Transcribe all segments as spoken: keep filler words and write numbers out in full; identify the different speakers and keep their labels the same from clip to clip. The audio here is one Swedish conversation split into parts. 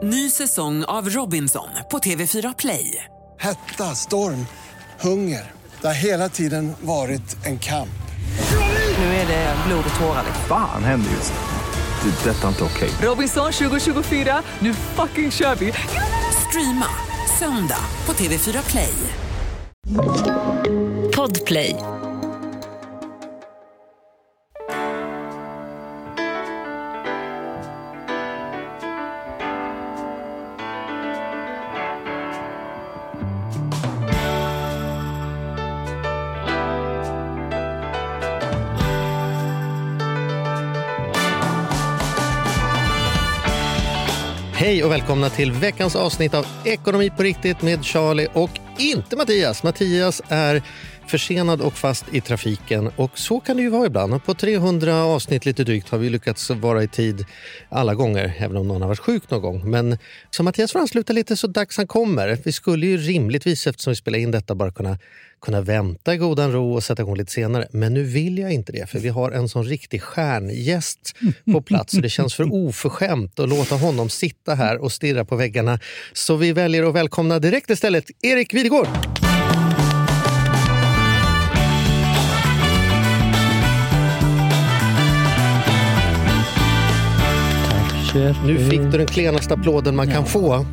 Speaker 1: Ny säsong av Robinson på T V fyra Play.
Speaker 2: Hetta, storm, hunger. Det har hela tiden varit en kamp.
Speaker 1: Nu är det blod och tårar.
Speaker 3: Fan händer just det. Det är detta inte okej.
Speaker 1: Robinson tjugo tjugofyra, nu fucking kör vi. Streama söndag på T V fyra Play. Podplay.
Speaker 4: Hej och välkomna till veckans avsnitt av Ekonomi på riktigt med Charlie och inte Mattias. Mattias är försenad och fast i trafiken och så kan det ju vara ibland. På trehundra avsnitt lite drygt har vi lyckats vara i tid alla gånger, även om någon har varit sjuk någon gång. Men så Mattias får ansluta lite så dags han kommer. Vi skulle ju rimligtvis, eftersom vi spelar in detta, bara kunna, kunna vänta i godan ro och sätta igång lite senare. Men nu vill jag inte det, för vi har en sån riktig stjärngäst på plats. Det känns för oförskämt att låta honom sitta här och stirra på väggarna. Så vi väljer att välkomna direkt istället Erik Videgård. Nu fick du den klenaste applåden man ja. kan få.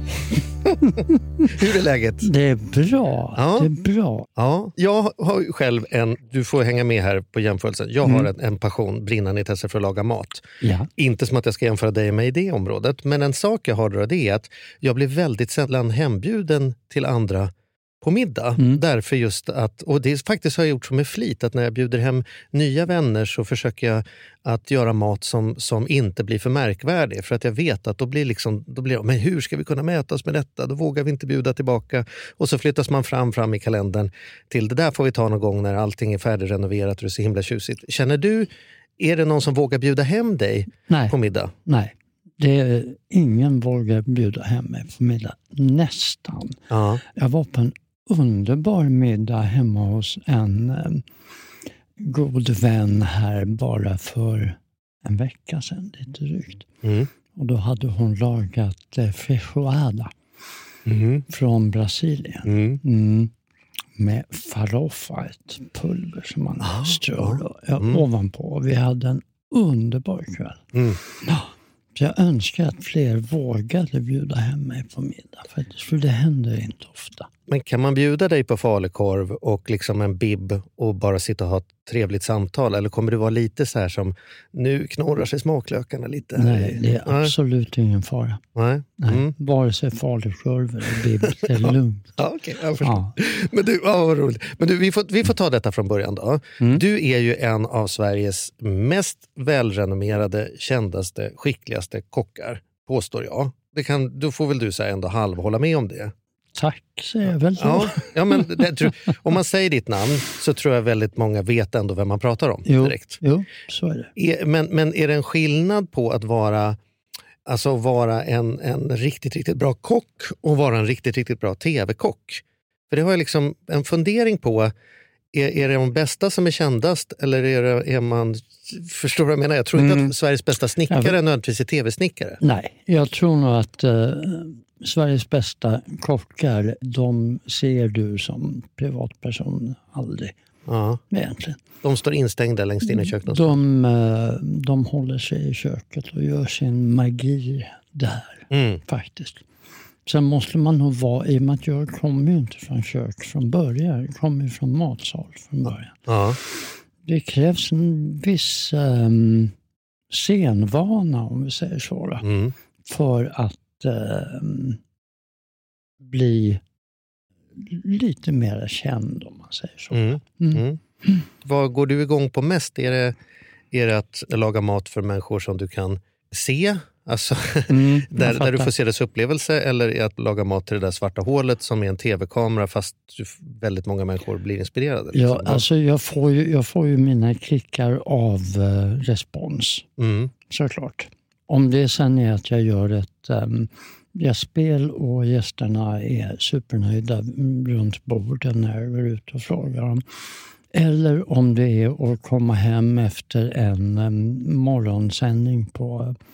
Speaker 4: Hur är läget?
Speaker 5: Det är bra. Ja. Det är bra.
Speaker 4: Ja. Jag har själv en, du får hänga med här på jämförelsen. Jag mm. har en, en passion, brinnande intresse för att laga mat. Ja. Inte som att jag ska jämföra dig med i det området. Men en sak jag har då, det är att jag blir väldigt sällan hembjuden till andra på middag. Mm. Därför just att, och det är faktiskt har jag gjort som med flit, att när jag bjuder hem nya vänner så försöker jag att göra mat som, som inte blir för märkvärdig. För att jag vet att då blir liksom, då blir det, men hur ska vi kunna mäta oss med detta? Då vågar vi inte bjuda tillbaka. Och så flyttas man fram, fram i kalendern till det där får vi ta någon gång när allting är färdigrenoverat och det är så himla tjusigt. Känner du, är det någon som vågar bjuda hem dig
Speaker 5: Nej.
Speaker 4: på middag?
Speaker 5: Nej. Det är ingen vågar bjuda hem mig på middag. Nästan. Ja. Jag var på en underbar middag hemma hos en eh, god vän här bara för en vecka sedan, lite drygt. Mm. Och då hade hon lagat eh, feijoada mm. från Brasilien. Mm. Mm. Med farofa, ett pulver som man ah, strör ah. mm. ovanpå. Vi hade en underbar kväll. Mm. Ja. Så jag önskar att fler vågade bjuda hem mig på middag. För det händer inte ofta.
Speaker 4: Men kan man bjuda dig på falukorv och liksom en bib och bara sitta och ha ett trevligt samtal? Eller kommer det vara lite så här som, nu knorrar sig smaklökarna lite?
Speaker 5: Nej, det är Nej. absolut ingen fara.
Speaker 4: Nej.
Speaker 5: Nej.
Speaker 4: Mm.
Speaker 5: Vare sig falukorv eller bib, det är lugnt.
Speaker 4: Ja, okej, okay, jag förstår. Ja. Men du, ja, vad roligt. Men du, vi får, vi får ta detta från början då. Mm. Du är ju en av Sveriges mest välrenommerade, kändaste, skickligaste kockar, påstår jag. Det kan, då får väl du säga ändå halv hålla med om det.
Speaker 5: Tack, säger jag väl så.
Speaker 4: Ja, ja, men det, om man säger ditt namn så tror jag väldigt många vet ändå vem man pratar om
Speaker 5: jo,
Speaker 4: direkt.
Speaker 5: Jo, så är det.
Speaker 4: Är, men, men är det en skillnad på att vara, alltså vara en, en riktigt, riktigt bra kock och vara en riktigt, riktigt bra tv-kock? För det har jag liksom en fundering på. Är, är det de bästa som är kändast eller är, det, är man... Förstår du vad jag menar? Jag tror inte mm. att Sveriges bästa snickare ja, nödvändigtvis är tv-snickare.
Speaker 5: Nej, jag tror nog att eh, Sveriges bästa kockar, de ser du som privatperson aldrig. Ja. Egentligen.
Speaker 4: De står instängda längst in i köket.
Speaker 5: De, eh, de håller sig i köket och gör sin magi där, mm. faktiskt. Sen måste man nog vara, i och med att jag kommer ju inte från kök från början. Jag kommer ju från matsal från början. Ja. Det krävs en viss um, scenvana, om vi säger så, mm. för att um, bli lite mer känd, om man säger så. Mm. Mm. Mm.
Speaker 4: Vad går du igång på mest? Är det, är det att laga mat för människor som du kan se? Alltså, mm, där, där du får se dess upplevelse, eller att laga mat till det där svarta hålet som är en tv-kamera fast väldigt många människor blir inspirerade? Liksom.
Speaker 5: Ja, alltså jag får ju, jag får ju mina kickar av uh, respons, mm. såklart. Om det sen är att jag gör ett um, gästspel och gästerna är supernöjda runt borden när jag går ut och frågar dem. Eller om det är att komma hem efter en um, morgonsändning på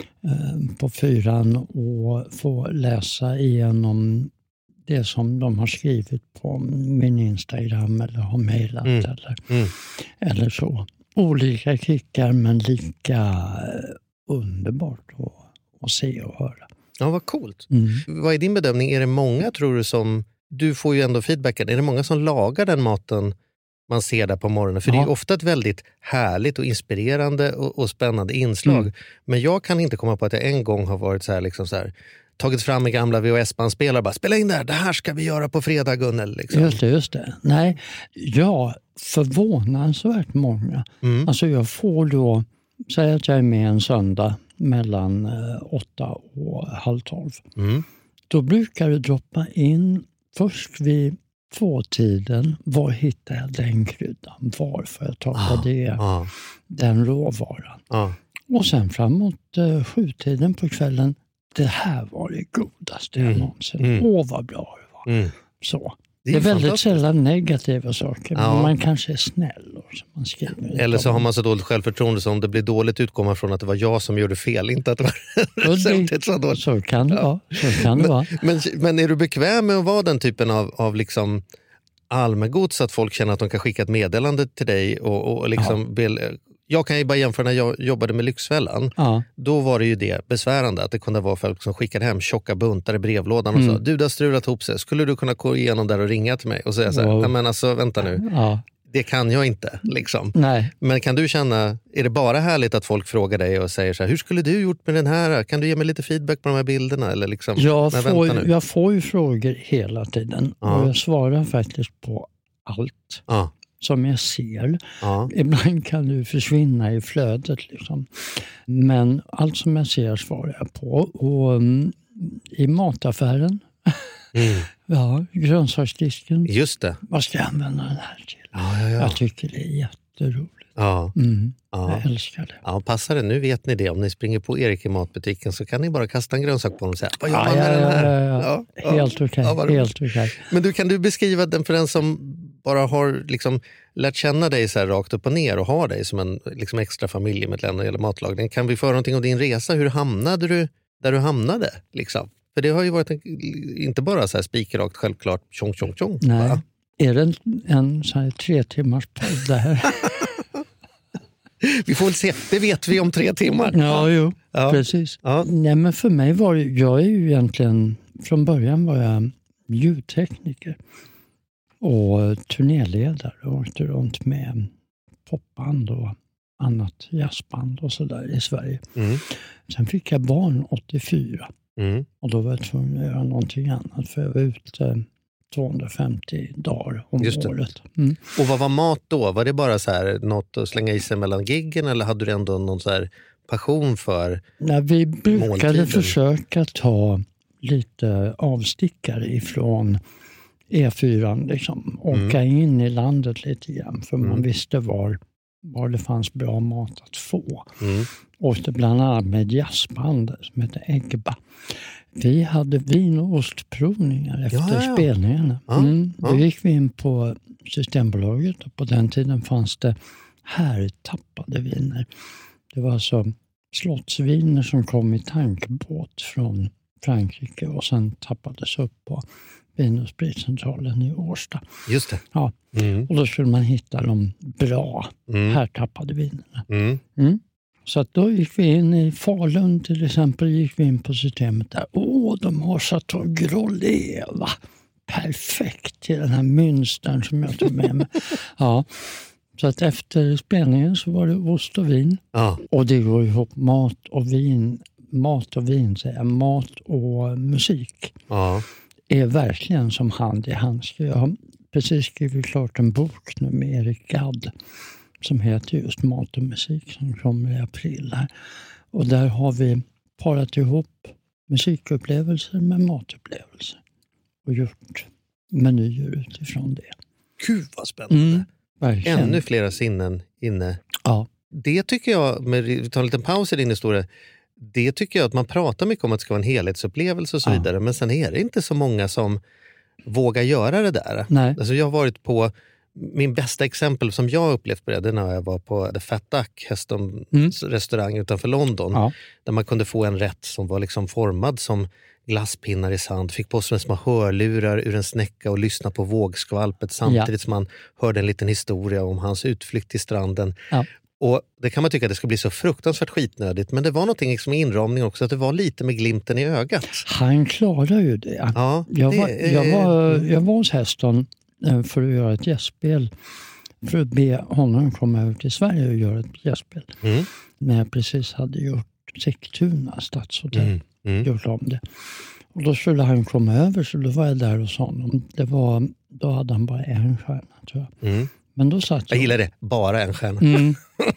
Speaker 5: eh, på fyran och få läsa igenom det som de har skrivit på min Instagram eller har mejlat mm. eller, mm. eller så. Olika kickar men lika eh, underbart att, att se och höra.
Speaker 4: Ja, vad coolt.
Speaker 5: Mm.
Speaker 4: Vad är din bedömning? Är det många, tror du, som... Du får ju ändå feedbacken. Är det många som lagar den maten man ser där på morgonen? För ja. Det är ofta ett väldigt härligt och inspirerande och, och spännande inslag. Mm. Men jag kan inte komma på att jag en gång har varit så här, liksom så här, tagit fram en gamla V H S-bandspelare och bara, spela in där, det här ska vi göra på fredag, Gunnel. Liksom.
Speaker 5: Just det, just det. Nej, ja, förvånansvärt många. Mm. Alltså jag får då, säga att jag är med en söndag mellan eh, åtta och halv tolv. Mm. Då brukar det droppa in först vid tvåtiden, var hittar jag den kryddan? Var får jag tag på det? Ah. Den råvaran. Ah. Och sen framåt eh, sjutiden på kvällen, det här var det godaste mm. jag någonsin. Mm. Åh, vad bra det var. Mm. Så. Det är, det är väldigt sällan negativa saker, ja. Men man kanske är snäll. Och så man skriver
Speaker 4: eller så har man så dåligt självförtroende så om det blir dåligt utkomma från att det var jag som gjorde fel, inte att det var receptet så dåligt.
Speaker 5: Så kan det vara. Så kan det vara.
Speaker 4: Men, men, men är du bekväm med att vara den typen av, av liksom allmängods så att folk känner att de kan skicka ett meddelande till dig och, och liksom... Ja. Jag kan ju bara jämföra när jag jobbade med Lyxfällan. Ja. Då var det ju det besvärande att det kunde vara folk som skickade hem tjocka buntar i brevlådan och mm. sa, du, det har strulat ihop sig. Skulle du kunna gå igenom där och ringa till mig och säga så här, nej men alltså vänta nu. Ja. Det kan jag inte, liksom. Nej. Men kan du känna, är det bara härligt att folk frågar dig och säger så här, hur skulle du gjort med den här? Kan du ge mig lite feedback på de här bilderna? Eller liksom,
Speaker 5: jag, får, jag får ju frågor hela tiden ja. Och jag svarar faktiskt på allt. Ja. Som jag ser. Ja. Ibland kan du försvinna i flödet. Liksom. Men allt som jag ser svarar jag på. Och um, i mataffären. Mm. Ja, grönsaksdisken.
Speaker 4: Just det.
Speaker 5: Vad ska jag använda den här till?
Speaker 4: Ja, ja, ja.
Speaker 5: Jag tycker det är jätteroligt.
Speaker 4: Ja.
Speaker 5: Mm.
Speaker 4: Ja.
Speaker 5: Jag älskar det.
Speaker 4: Ja, passar det. Nu vet ni det. Om ni springer på Erik i matbutiken så kan ni bara kasta en grönsak på honom och säga, vad gör
Speaker 5: ja,
Speaker 4: man med
Speaker 5: ja,
Speaker 4: den här?
Speaker 5: Ja, ja, ja. Helt okej. Okay. Ja, helt okay.
Speaker 4: Men du, kan du beskriva den för den som bara har liksom lärt känna dig så här rakt upp och ner och har dig som en liksom extra familjemedlem när det gäller matlagning. Kan vi föra någonting om din resa? Hur hamnade du där du hamnade? Liksom? För det har ju varit en, inte bara så här spikrakt självklart tjong tjong tjong.
Speaker 5: Nej. Va? Är det en, en så här tre timmars podd det här?
Speaker 4: Vi får väl se, det vet vi om tre timmar.
Speaker 5: Ja, jo, ja. Precis. Ja. Nej, men för mig var det, jag är ju egentligen, från början var jag ljudtekniker och turnéledare och åkte runt med popband och annat jazzband och sådär i Sverige. Mm. Sen fick jag barn åttiofyra mm. och då var jag tvungen att göra någonting annat för jag var ute tvåhundrafemtio dagar om året. Mm.
Speaker 4: Och vad var mat då? Var det bara så här något att slänga i sig mellan giggen eller hade du ändå någon så här passion för
Speaker 5: Nej, vi brukade måltiden? Försöka ta lite avstickare ifrån E fyra liksom, åka mm. in i landet lite grann för mm. man visste var, var det fanns bra mat att få. Mm. Åkte bland annat med jazzband som heter Egba. Vi hade vin- och ostprovningar efter ja, ja. spelningarna. Mm. Ja, ja. Då gick vi in på Systembolaget och på den tiden fanns det härtappade viner. Det var alltså slottsviner som kom i tankbåt från Frankrike och sen tappades upp på Vin- och spritcentralen i Årsta.
Speaker 4: Just det.
Speaker 5: Ja. Mm. Och då skulle man hitta de bra mm. härtappade vinerna. Mm. Mm. Så att då gick vi in i Falun till exempel, gick vi in på systemet där. Åh, de har Chateau Grollet, va? Perfekt till den här münstern som jag tog med mig. Ja. Så att efter spelningen så var det ost och vin. Ja. Och det går ihop mat och vin, mat och vin säger jag, mat och musik. Ja. Är verkligen som hand i handske. Jag har precis skrivit klart en bok nu med Erik Gadd som heter just Mat och musik som kommer i april här. Och där har vi parat ihop musikupplevelser med matupplevelser och gjort menyer utifrån det.
Speaker 4: Gud vad spännande. Mm, ännu flera sinnen inne.
Speaker 5: Ja.
Speaker 4: Det tycker jag, med vi tar en liten paus i din historia, det tycker jag att man pratar mycket om att det ska vara en helhetsupplevelse och så ja. vidare, men sen är det inte så många som vågar göra det där.
Speaker 5: Nej.
Speaker 4: Alltså jag har varit på min bästa exempel som jag upplevt på det, det när jag var på The Fat Duck, Heston mm. restaurang utanför London. Ja. Där man kunde få en rätt som var liksom formad som glasspinnar i sand. Fick på sig små hörlurar ur en snäcka och lyssna på vågskvalpet samtidigt ja. som man hörde en liten historia om hans utflykt till stranden. Ja. Och det kan man tycka att det ska bli så fruktansvärt skitnödigt. Men det var någonting liksom i inramning också, att det var lite med glimten i ögat.
Speaker 5: Han klarar ju det. Ja, jag, var, det jag, var, jag var hos Heston för att göra ett gästspel. För att be honom komma över till Sverige och göra ett gästspel. Mm. När jag precis hade gjort Sigtuna stadshotell. Mm. Mm. Gjort om det. Och då skulle han komma över, så då var jag där hos honom. Det var, då hade han bara en stjärna, tror jag. Mm. Men då satt jag...
Speaker 4: jag gillar det, bara en stjärna.
Speaker 5: Mm.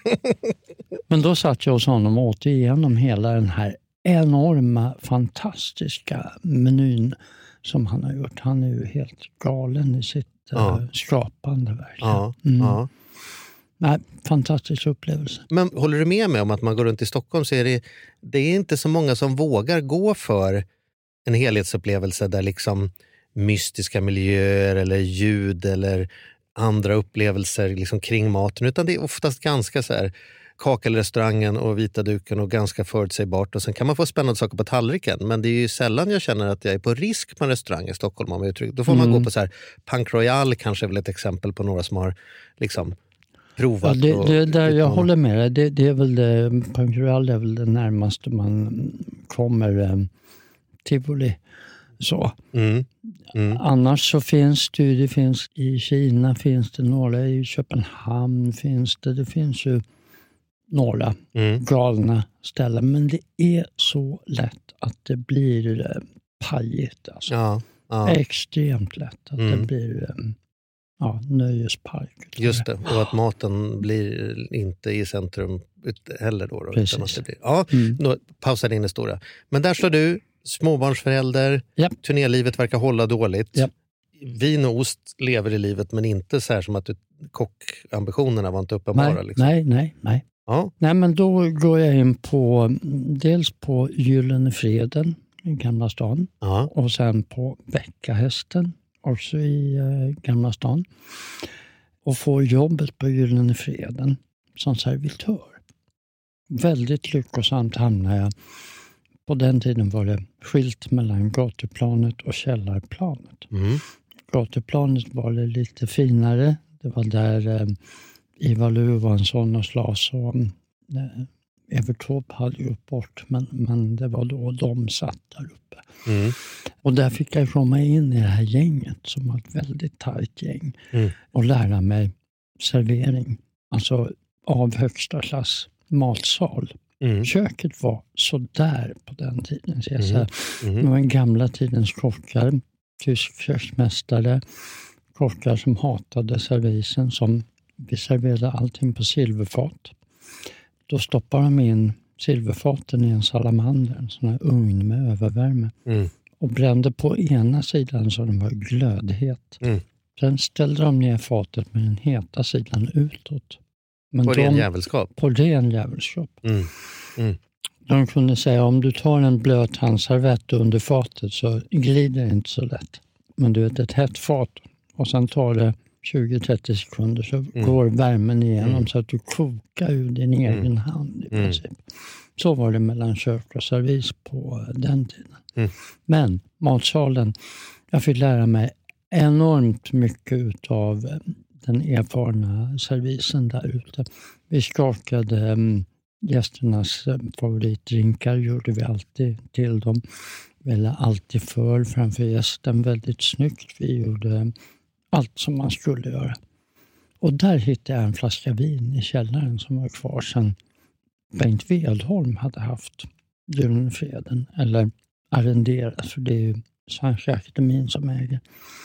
Speaker 5: Men då satt jag hos honom och åt igenom hela den här enorma, fantastiska menyn som han har gjort. Han är ju helt galen i sitt ja. uh, skapande verkligen. Ja. Mm. Ja. Nej, fantastisk upplevelse.
Speaker 4: Men håller du med mig om att man går runt i Stockholm så är det, det är inte så många som vågar gå för en helhetsupplevelse där liksom mystiska miljöer eller ljud eller andra upplevelser liksom kring maten, utan det är oftast ganska så här kakelrestaurangen och vita duken och ganska förutsägbart, och sen kan man få spännande saker på tallriken, men det är ju sällan jag känner att jag är på risk på en restaurang i Stockholm om jag uttrycker. Då får mm. man gå på så här Punk Royal, kanske är väl ett exempel på några som har liksom provat.
Speaker 5: Ja, det, det, där jag håller med dig, det, det är väl det, Punk Royal är väl det närmaste man kommer eh, tivoli. Så. Mm. Mm. Annars så finns det, det finns i Kina, finns det några, i Köpenhamn finns det, det finns ju några mm. galna ställen, men det är så lätt att det blir eh, pajigt alltså. Ja, ja. Extremt lätt att mm. det blir eh, ja, nöjespark.
Speaker 4: Just det, och att maten blir inte i centrum heller då. då
Speaker 5: Precis.
Speaker 4: Utan att det blir, ja, mm. då pausar din historia. Men där står du, småbarnsförälder, yep. turnélivet verkar hålla dåligt. Yep. Vin och ost lever i livet, men inte så här som att du, kockambitionerna var inte uppenbara.
Speaker 5: Nej,
Speaker 4: liksom.
Speaker 5: nej, nej. nej. Ja. Nej, men då går jag in på dels på Gyllene Freden i Gamla stan. Ja. Och sen på Bäckahästen också i eh, Gamla stan. Och får jobbet på Gyllene Freden som servitör. Väldigt lyckosamt hamnar jag. På den tiden var det skilt mellan gatuplanet och källarplanet. Mm. Gatuplanet var det lite finare. Det var där eh, Ivar Lövansson och Slas och eh, Evert Taube hade gått bort. Men, men det var då de satt där uppe. Mm. Och där fick jag komma in i det här gänget som var ett väldigt tajt gäng. Mm. Och lära mig servering. Alltså av högsta klass matsal. Mm. Köket var så där på den tiden. Så jag mm. säger, mm. Det var en gamla tidens kockar, tysk köksmästare, kockar som hatade servisen, som vi serverade allting på silverfat. Då stoppade de in silverfaten i en salamander, en sån här ugn med övervärme. Mm. Och brände på ena sidan så den var glödhet. Mm. Sen ställde de ner fatet med den heta sidan utåt. Men
Speaker 4: på de, ren jävelskap?
Speaker 5: På ren jävelskap. Mm.
Speaker 4: Mm.
Speaker 5: De kunde säga, om du tar en blöt handservett under fatet så glider det inte så lätt. Men du vet, ett hett fat och sen tar det tjugo till trettio sekunder så mm. går värmen igenom mm. så att du kokar ur din mm. egen hand i princip. Mm. Så var det mellan kök och servis på den tiden. Mm. Men matsalen, jag fick lära mig enormt mycket av den erfarna servisen där ute. Vi skakade um, gästernas um, favoritdrinkar, gjorde vi alltid till dem. Vi ville alltid för framför gästen, väldigt snyggt. Vi gjorde um, allt som man skulle göra. Och där hittade jag en flaska vin i källaren som var kvar sedan Bengt Wedholm hade haft Gyllene Freden, eller arrenderat, för det är ju Svenska Akademin som äger.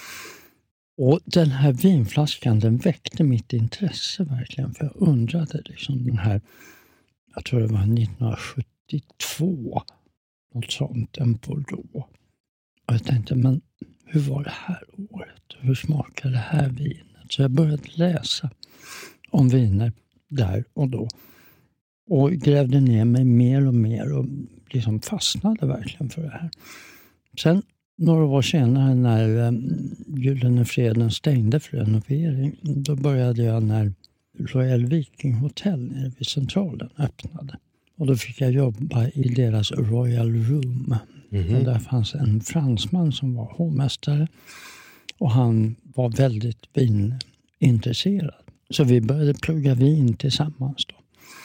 Speaker 5: Och den här vinflaskan, den väckte mitt intresse verkligen, för jag undrade liksom den här, jag tror det var nittonhundrasjuttiotvå, något sånt, en Bordeaux. Och jag tänkte, men hur var det här året? Hur smakade det här vinet? Så jag började läsa om viner där och då. Och grävde ner mig mer och mer och liksom fastnade verkligen för det här. Sen några år senare när um, Gyllene Freden stängde för renovering, då började jag när Royal Viking Hotel nere vid Centralen öppnade. Och då fick jag jobba i deras Royal Room. Mm-hmm. Och där fanns en fransman som var hovmästare. Och han var väldigt vinintresserad. Så vi började plugga vin tillsammans då.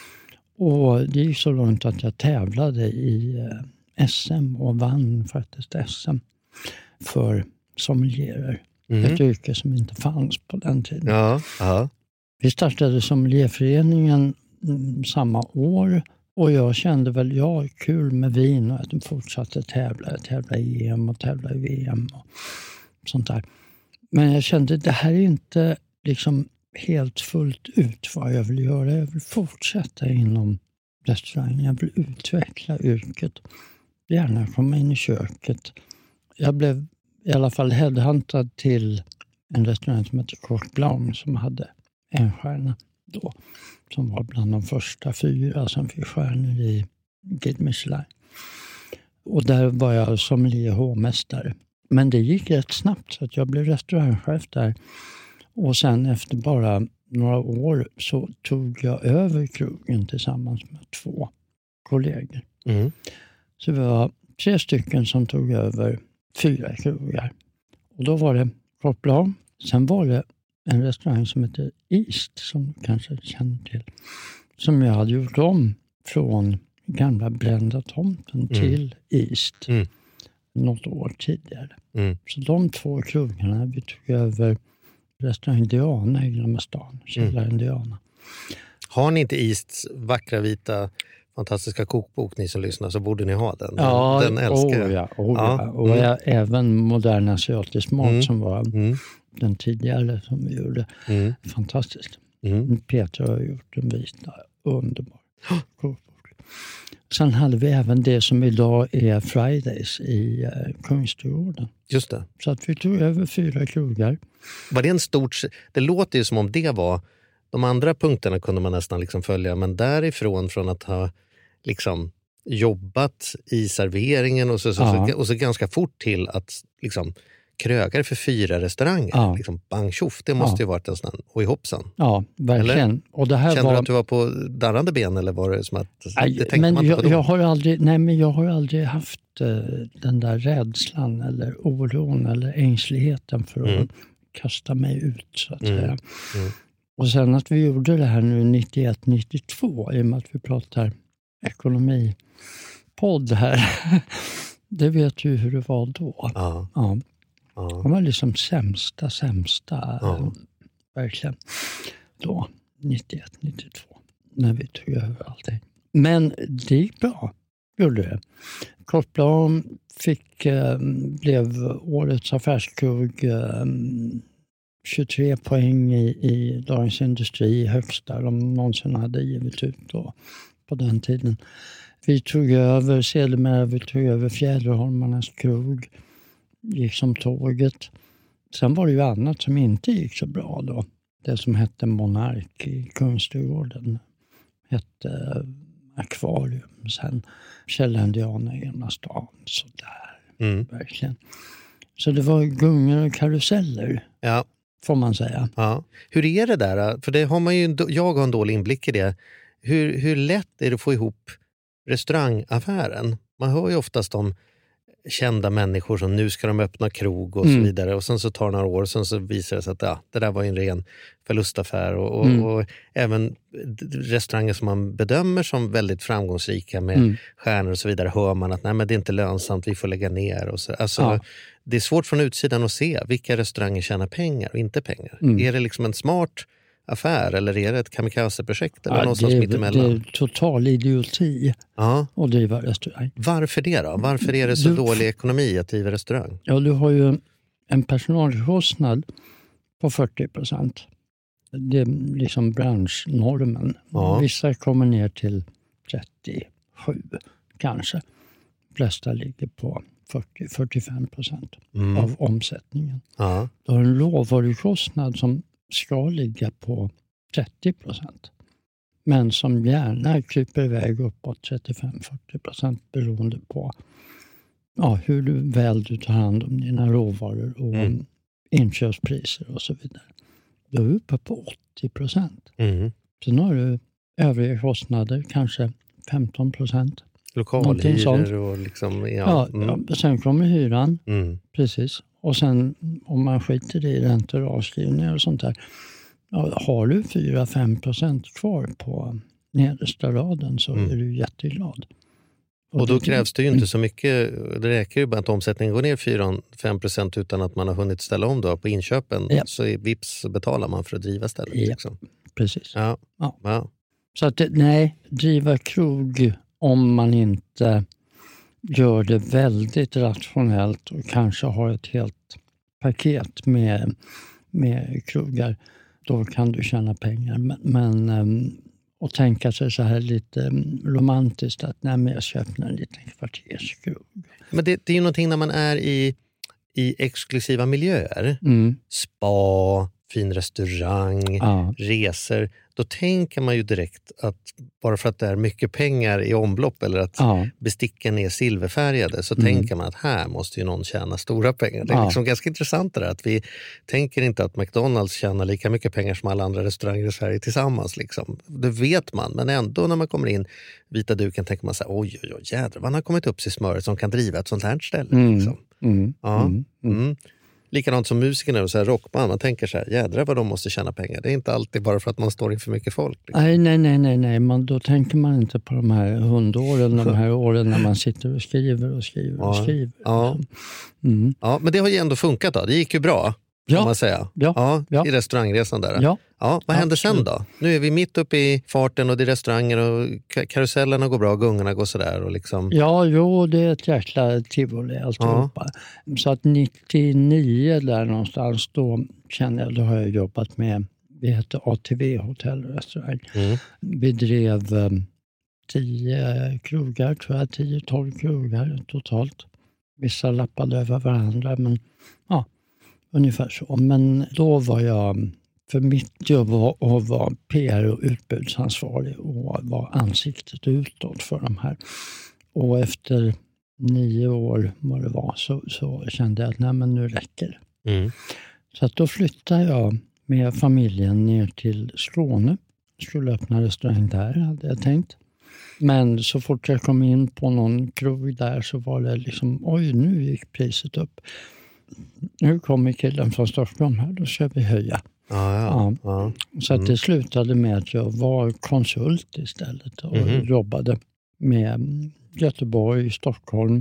Speaker 5: Och det gick så långt att jag tävlade i eh, S M och vann faktiskt S M för sommelierer. Mm-hmm. Ett yrke som inte fanns på den tiden.
Speaker 4: Ja, ja.
Speaker 5: Vi startade sommelierföreningen mm, samma år. Och jag kände väl, ja, kul med vin och att de fortsatte tävla. Tävla i E M och tävla i V M och sånt där. Men jag kände att det här är inte liksom helt fullt ut vad jag vill göra. Jag vill fortsätta inom restaurangen. Jag vill utveckla yrket. Gärna komma in i köket. Jag blev i alla fall headhuntad till en restaurang som heter Carte Blanche som hade en stjärna då. Som var bland de första fyra som fick stjärnor i Guide Michelin. Och där var jag sommelier hovmästare. Men det gick rätt snabbt så att jag blev restaurangchef där. Och sen efter bara några år så tog jag över krogen tillsammans med två kollegor. Mm. Så vi var tre stycken som tog över fyra krogar. Och då var det Carte Blanche. Sen var det en restaurang som heter East, som du kanske känner till. Som jag hade gjort om från gamla Brända tomten mm. till East. Mm. Något år tidigare. Mm. Så de två krogarna, vi tog över restaurang Diana i Gamla stan. Källaren mm. Diana.
Speaker 4: Har ni inte Easts vackra vita fantastiska kokbok, ni som lyssnar, så borde ni ha den.
Speaker 5: Ja,
Speaker 4: den älskar
Speaker 5: oh ja, oh ja. ja. Och mm. jag, även modern asiatisk mat mm. som var mm. den tidigare som vi gjorde. Mm. Fantastiskt. Mm. Peter har gjort en vita, underbar kokbok. Sen hade vi även det som idag är Fridays i uh, Kungsträdgården.
Speaker 4: Just det.
Speaker 5: Så att vi tog över fyra krogar.
Speaker 4: Var det en stort... Det låter ju som om det var... De andra punkterna kunde man nästan liksom följa, men därifrån från att ha liksom jobbat i serveringen och så, så, ja. så, och så ganska fort till att liksom krögare för fyra restauranger. Ja. Liksom bang tjoff, det måste ja. ju varit en sån och i hoppsan.
Speaker 5: Ja, verkligen. Och det här
Speaker 4: Kände
Speaker 5: var...
Speaker 4: du att du var på darrande ben eller var det som att
Speaker 5: Nej,
Speaker 4: det tänkte
Speaker 5: men
Speaker 4: man inte
Speaker 5: jag,
Speaker 4: på då?
Speaker 5: jag har aldrig, nej, men jag har aldrig haft uh, den där rädslan eller oron eller ängsligheten för mm. att kasta mig ut så att
Speaker 4: mm.
Speaker 5: säga.
Speaker 4: Mm.
Speaker 5: Och sen att vi gjorde det här nu nittioett nittiotvå, i och med att vi pratar ekonomipodd här. Det vet ju hur det var då.
Speaker 4: Ja.
Speaker 5: Ja.
Speaker 4: Ja.
Speaker 5: Det var liksom sämsta, sämsta.
Speaker 4: Ja.
Speaker 5: Verkligen. Då, nittioett nittiotvå. När vi tog över allting. Men det gick bra. Gjorde det. Carte Blanche fick, eh, blev årets affärskrog eh, tjugotre poäng i, i Dagens Industri, högsta de någonsin hade givit ut då, på den tiden. Vi tog över, sedermera vi tog över Fjäderholmarnas krog, gick som tåget. Sen var det ju annat som inte gick så bra då. Det som hette Monark i Kungsträdgården hette Akvarium. Sen Källaren Diana i Gamla stan, sådär, mm. verkligen. Så det var gungor och karuseller.
Speaker 4: Ja.
Speaker 5: Får man säga.
Speaker 4: Ja. Hur är det där? För det har man ju, jag har en dålig inblick i det. Hur, hur lätt är det att få ihop restaurangaffären? Man hör ju oftast om kända människor som nu ska de öppna krog och mm. så vidare. Och sen så tar det några år och sen så visar det sig att ja, det där var en ren förlustaffär. Och, och, mm. och även restauranger som man bedömer som väldigt framgångsrika med mm. stjärnor och så vidare hör man att nej, men det är inte lönsamt, vi får lägga ner. Och så. Alltså, ja. Det är svårt från utsidan att se vilka restauranger tjänar pengar och inte pengar. Mm. Är det liksom en smart affär eller är det ett kamikaze-projekt eller ja, någonstans
Speaker 5: det är,
Speaker 4: mitt emellan?
Speaker 5: Det är total idioti
Speaker 4: ja.
Speaker 5: att driva restaurang.
Speaker 4: Varför det då? Varför är det så du, dålig ekonomi att driva restaurang?
Speaker 5: Ja, du har ju en personalkostnad på fyrtio procent. Det är liksom branschnormen. Ja. Vissa kommer ner till trettiosju kanske. De flesta ligger på fyrtio till fyrtiofem procent mm. av omsättningen. Ja. Du har en råvarukostnad som ska ligga på trettio procent. Men som gärna kryper iväg uppåt trettiofem till fyrtio procent beroende på ja, hur du, väl du tar hand om dina råvaror och mm. inköpspriser och så vidare. Då är du uppe på åttio procent. Mm. Sen har du övriga kostnader, kanske femton procent.
Speaker 4: Lokalhyror och liksom... Ja,
Speaker 5: ja,
Speaker 4: mm.
Speaker 5: ja, sen kommer hyran.
Speaker 4: Mm.
Speaker 5: Precis. Och sen om man skiter i räntor och avskrivningar och sånt där. Ja, har du fyra till fem procent kvar på nedersta raden så mm. är du jätteglad.
Speaker 4: Och, och då krävs det ju inte så mycket. Det räcker ju bara att omsättningen går ner fyra till fem procent utan att man har hunnit ställa om då på inköpen. Ja. Så i vips betalar man för att driva stället.
Speaker 5: Ja,
Speaker 4: liksom.
Speaker 5: precis.
Speaker 4: Ja.
Speaker 5: Ja.
Speaker 4: Ja.
Speaker 5: Så att nej, driva krog om man inte gör det väldigt rationellt och kanske har ett helt paket med, med krogar, då kan du tjäna pengar. Men, men och tänka sig så här lite romantiskt att nej, men jag köper en liten kvarterskrog.
Speaker 4: Men det, det är ju någonting när man är i, i exklusiva miljöer.
Speaker 5: Mm.
Speaker 4: Spa, fin restaurang,
Speaker 5: ja.
Speaker 4: resor. Då tänker man ju direkt att bara för att det är mycket pengar i omlopp eller att
Speaker 5: ja.
Speaker 4: besticken är silverfärgade så
Speaker 5: Mm.
Speaker 4: tänker man att här måste ju någon tjäna stora pengar. Det är
Speaker 5: ja.
Speaker 4: liksom ganska intressant det där, att vi tänker inte att McDonalds tjänar lika mycket pengar som alla andra restauranger i Sverige tillsammans. Liksom. Det vet man, men ändå när man kommer in vita duken tänker man så här, oj oj oj jädrar, man har kommit upp sig smöret som kan driva ett sånt här ställe.
Speaker 5: Mm.
Speaker 4: Liksom.
Speaker 5: Mm.
Speaker 4: Ja.
Speaker 5: Mm.
Speaker 4: Mm. Likadant som musikerna och så här rockband. Man tänker så här, jädrar vad de måste tjäna pengar. Det är inte alltid bara för att man står inför mycket folk. Liksom.
Speaker 5: Nej, nej, nej, nej, nej. Man, då tänker man inte på de här hundåren, de här åren när man sitter och skriver och skriver och
Speaker 4: ja.
Speaker 5: skriver.
Speaker 4: Ja.
Speaker 5: Mm.
Speaker 4: Ja, men det har ju ändå funkat då. Det gick ju bra,
Speaker 5: ja.
Speaker 4: kan man säga.
Speaker 5: Ja.
Speaker 4: Ja,
Speaker 5: Ja.
Speaker 4: I restaurangresan där.
Speaker 5: Ja.
Speaker 4: Ja, vad händer
Speaker 5: Absolut.
Speaker 4: sen då? Nu är vi mitt uppe i farten och det är restauranger och karusellerna går bra och gungorna går sådär. Och liksom...
Speaker 5: Ja, jo, det är ett jäkla tivoli alltihopa. Ja. Så att nittionio där någonstans, då känner jag, då har jag jobbat med, vi heter A T V, hotell och restaurang.
Speaker 4: Mm.
Speaker 5: Vi drev um, tio krogar, tror jag, tio tolv krogar totalt. Vissa lappade över varandra, men ja, ungefär så. Men då var jag... För mitt jobb var att vara P R och utbudsansvarig och vara ansiktet utåt för de här. Och efter nio år vad det var så, så kände jag att nej, men nu räcker det.
Speaker 4: Mm.
Speaker 5: Så att då flyttade jag med familjen ner till Skåne. Skulle öppna restaurang där, hade jag tänkt. Men så fort jag kom in på någon krog där så var det liksom, oj, nu gick priset upp. Nu kommer killen från Stockholm här, då ska vi höja.
Speaker 4: Ja, ja, ja.
Speaker 5: Ja. Så att det slutade med att jag var konsult istället och
Speaker 4: Mm.
Speaker 5: jobbade med Göteborg, Stockholm,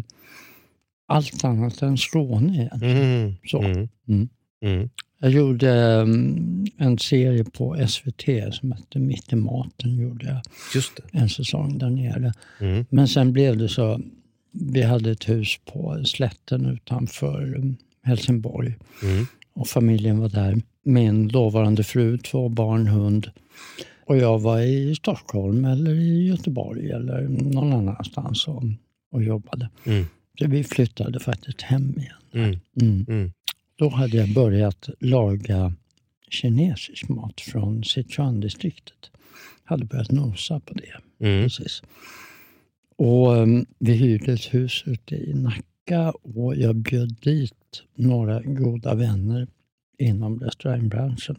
Speaker 5: allt annat än Skåne egentligen.
Speaker 4: Mm.
Speaker 5: Så.
Speaker 4: Mm.
Speaker 5: Mm.
Speaker 4: Mm.
Speaker 5: Jag gjorde um, en serie på S V T som hette Mitt i maten, gjorde jag
Speaker 4: Just det.
Speaker 5: en säsong där nere.
Speaker 4: Mm.
Speaker 5: Men sen blev det så, vi hade ett hus på slätten utanför um, Helsingborg.
Speaker 4: Mm.
Speaker 5: Och familjen var där. Min dåvarande fru, två barn, hund. Och jag var i Stockholm eller i Göteborg eller någon annanstans och, och jobbade.
Speaker 4: Mm.
Speaker 5: Så vi flyttade faktiskt hem igen.
Speaker 4: Mm.
Speaker 5: Mm.
Speaker 4: Mm.
Speaker 5: Då hade jag börjat laga kinesisk mat från Sichuan-distriktet. Hade börjat nosa på det.
Speaker 4: Mm.
Speaker 5: Precis. Och um, vi hyrde ett hus ute i Nacka och jag bjöd dit några goda vänner inom restaurangbranschen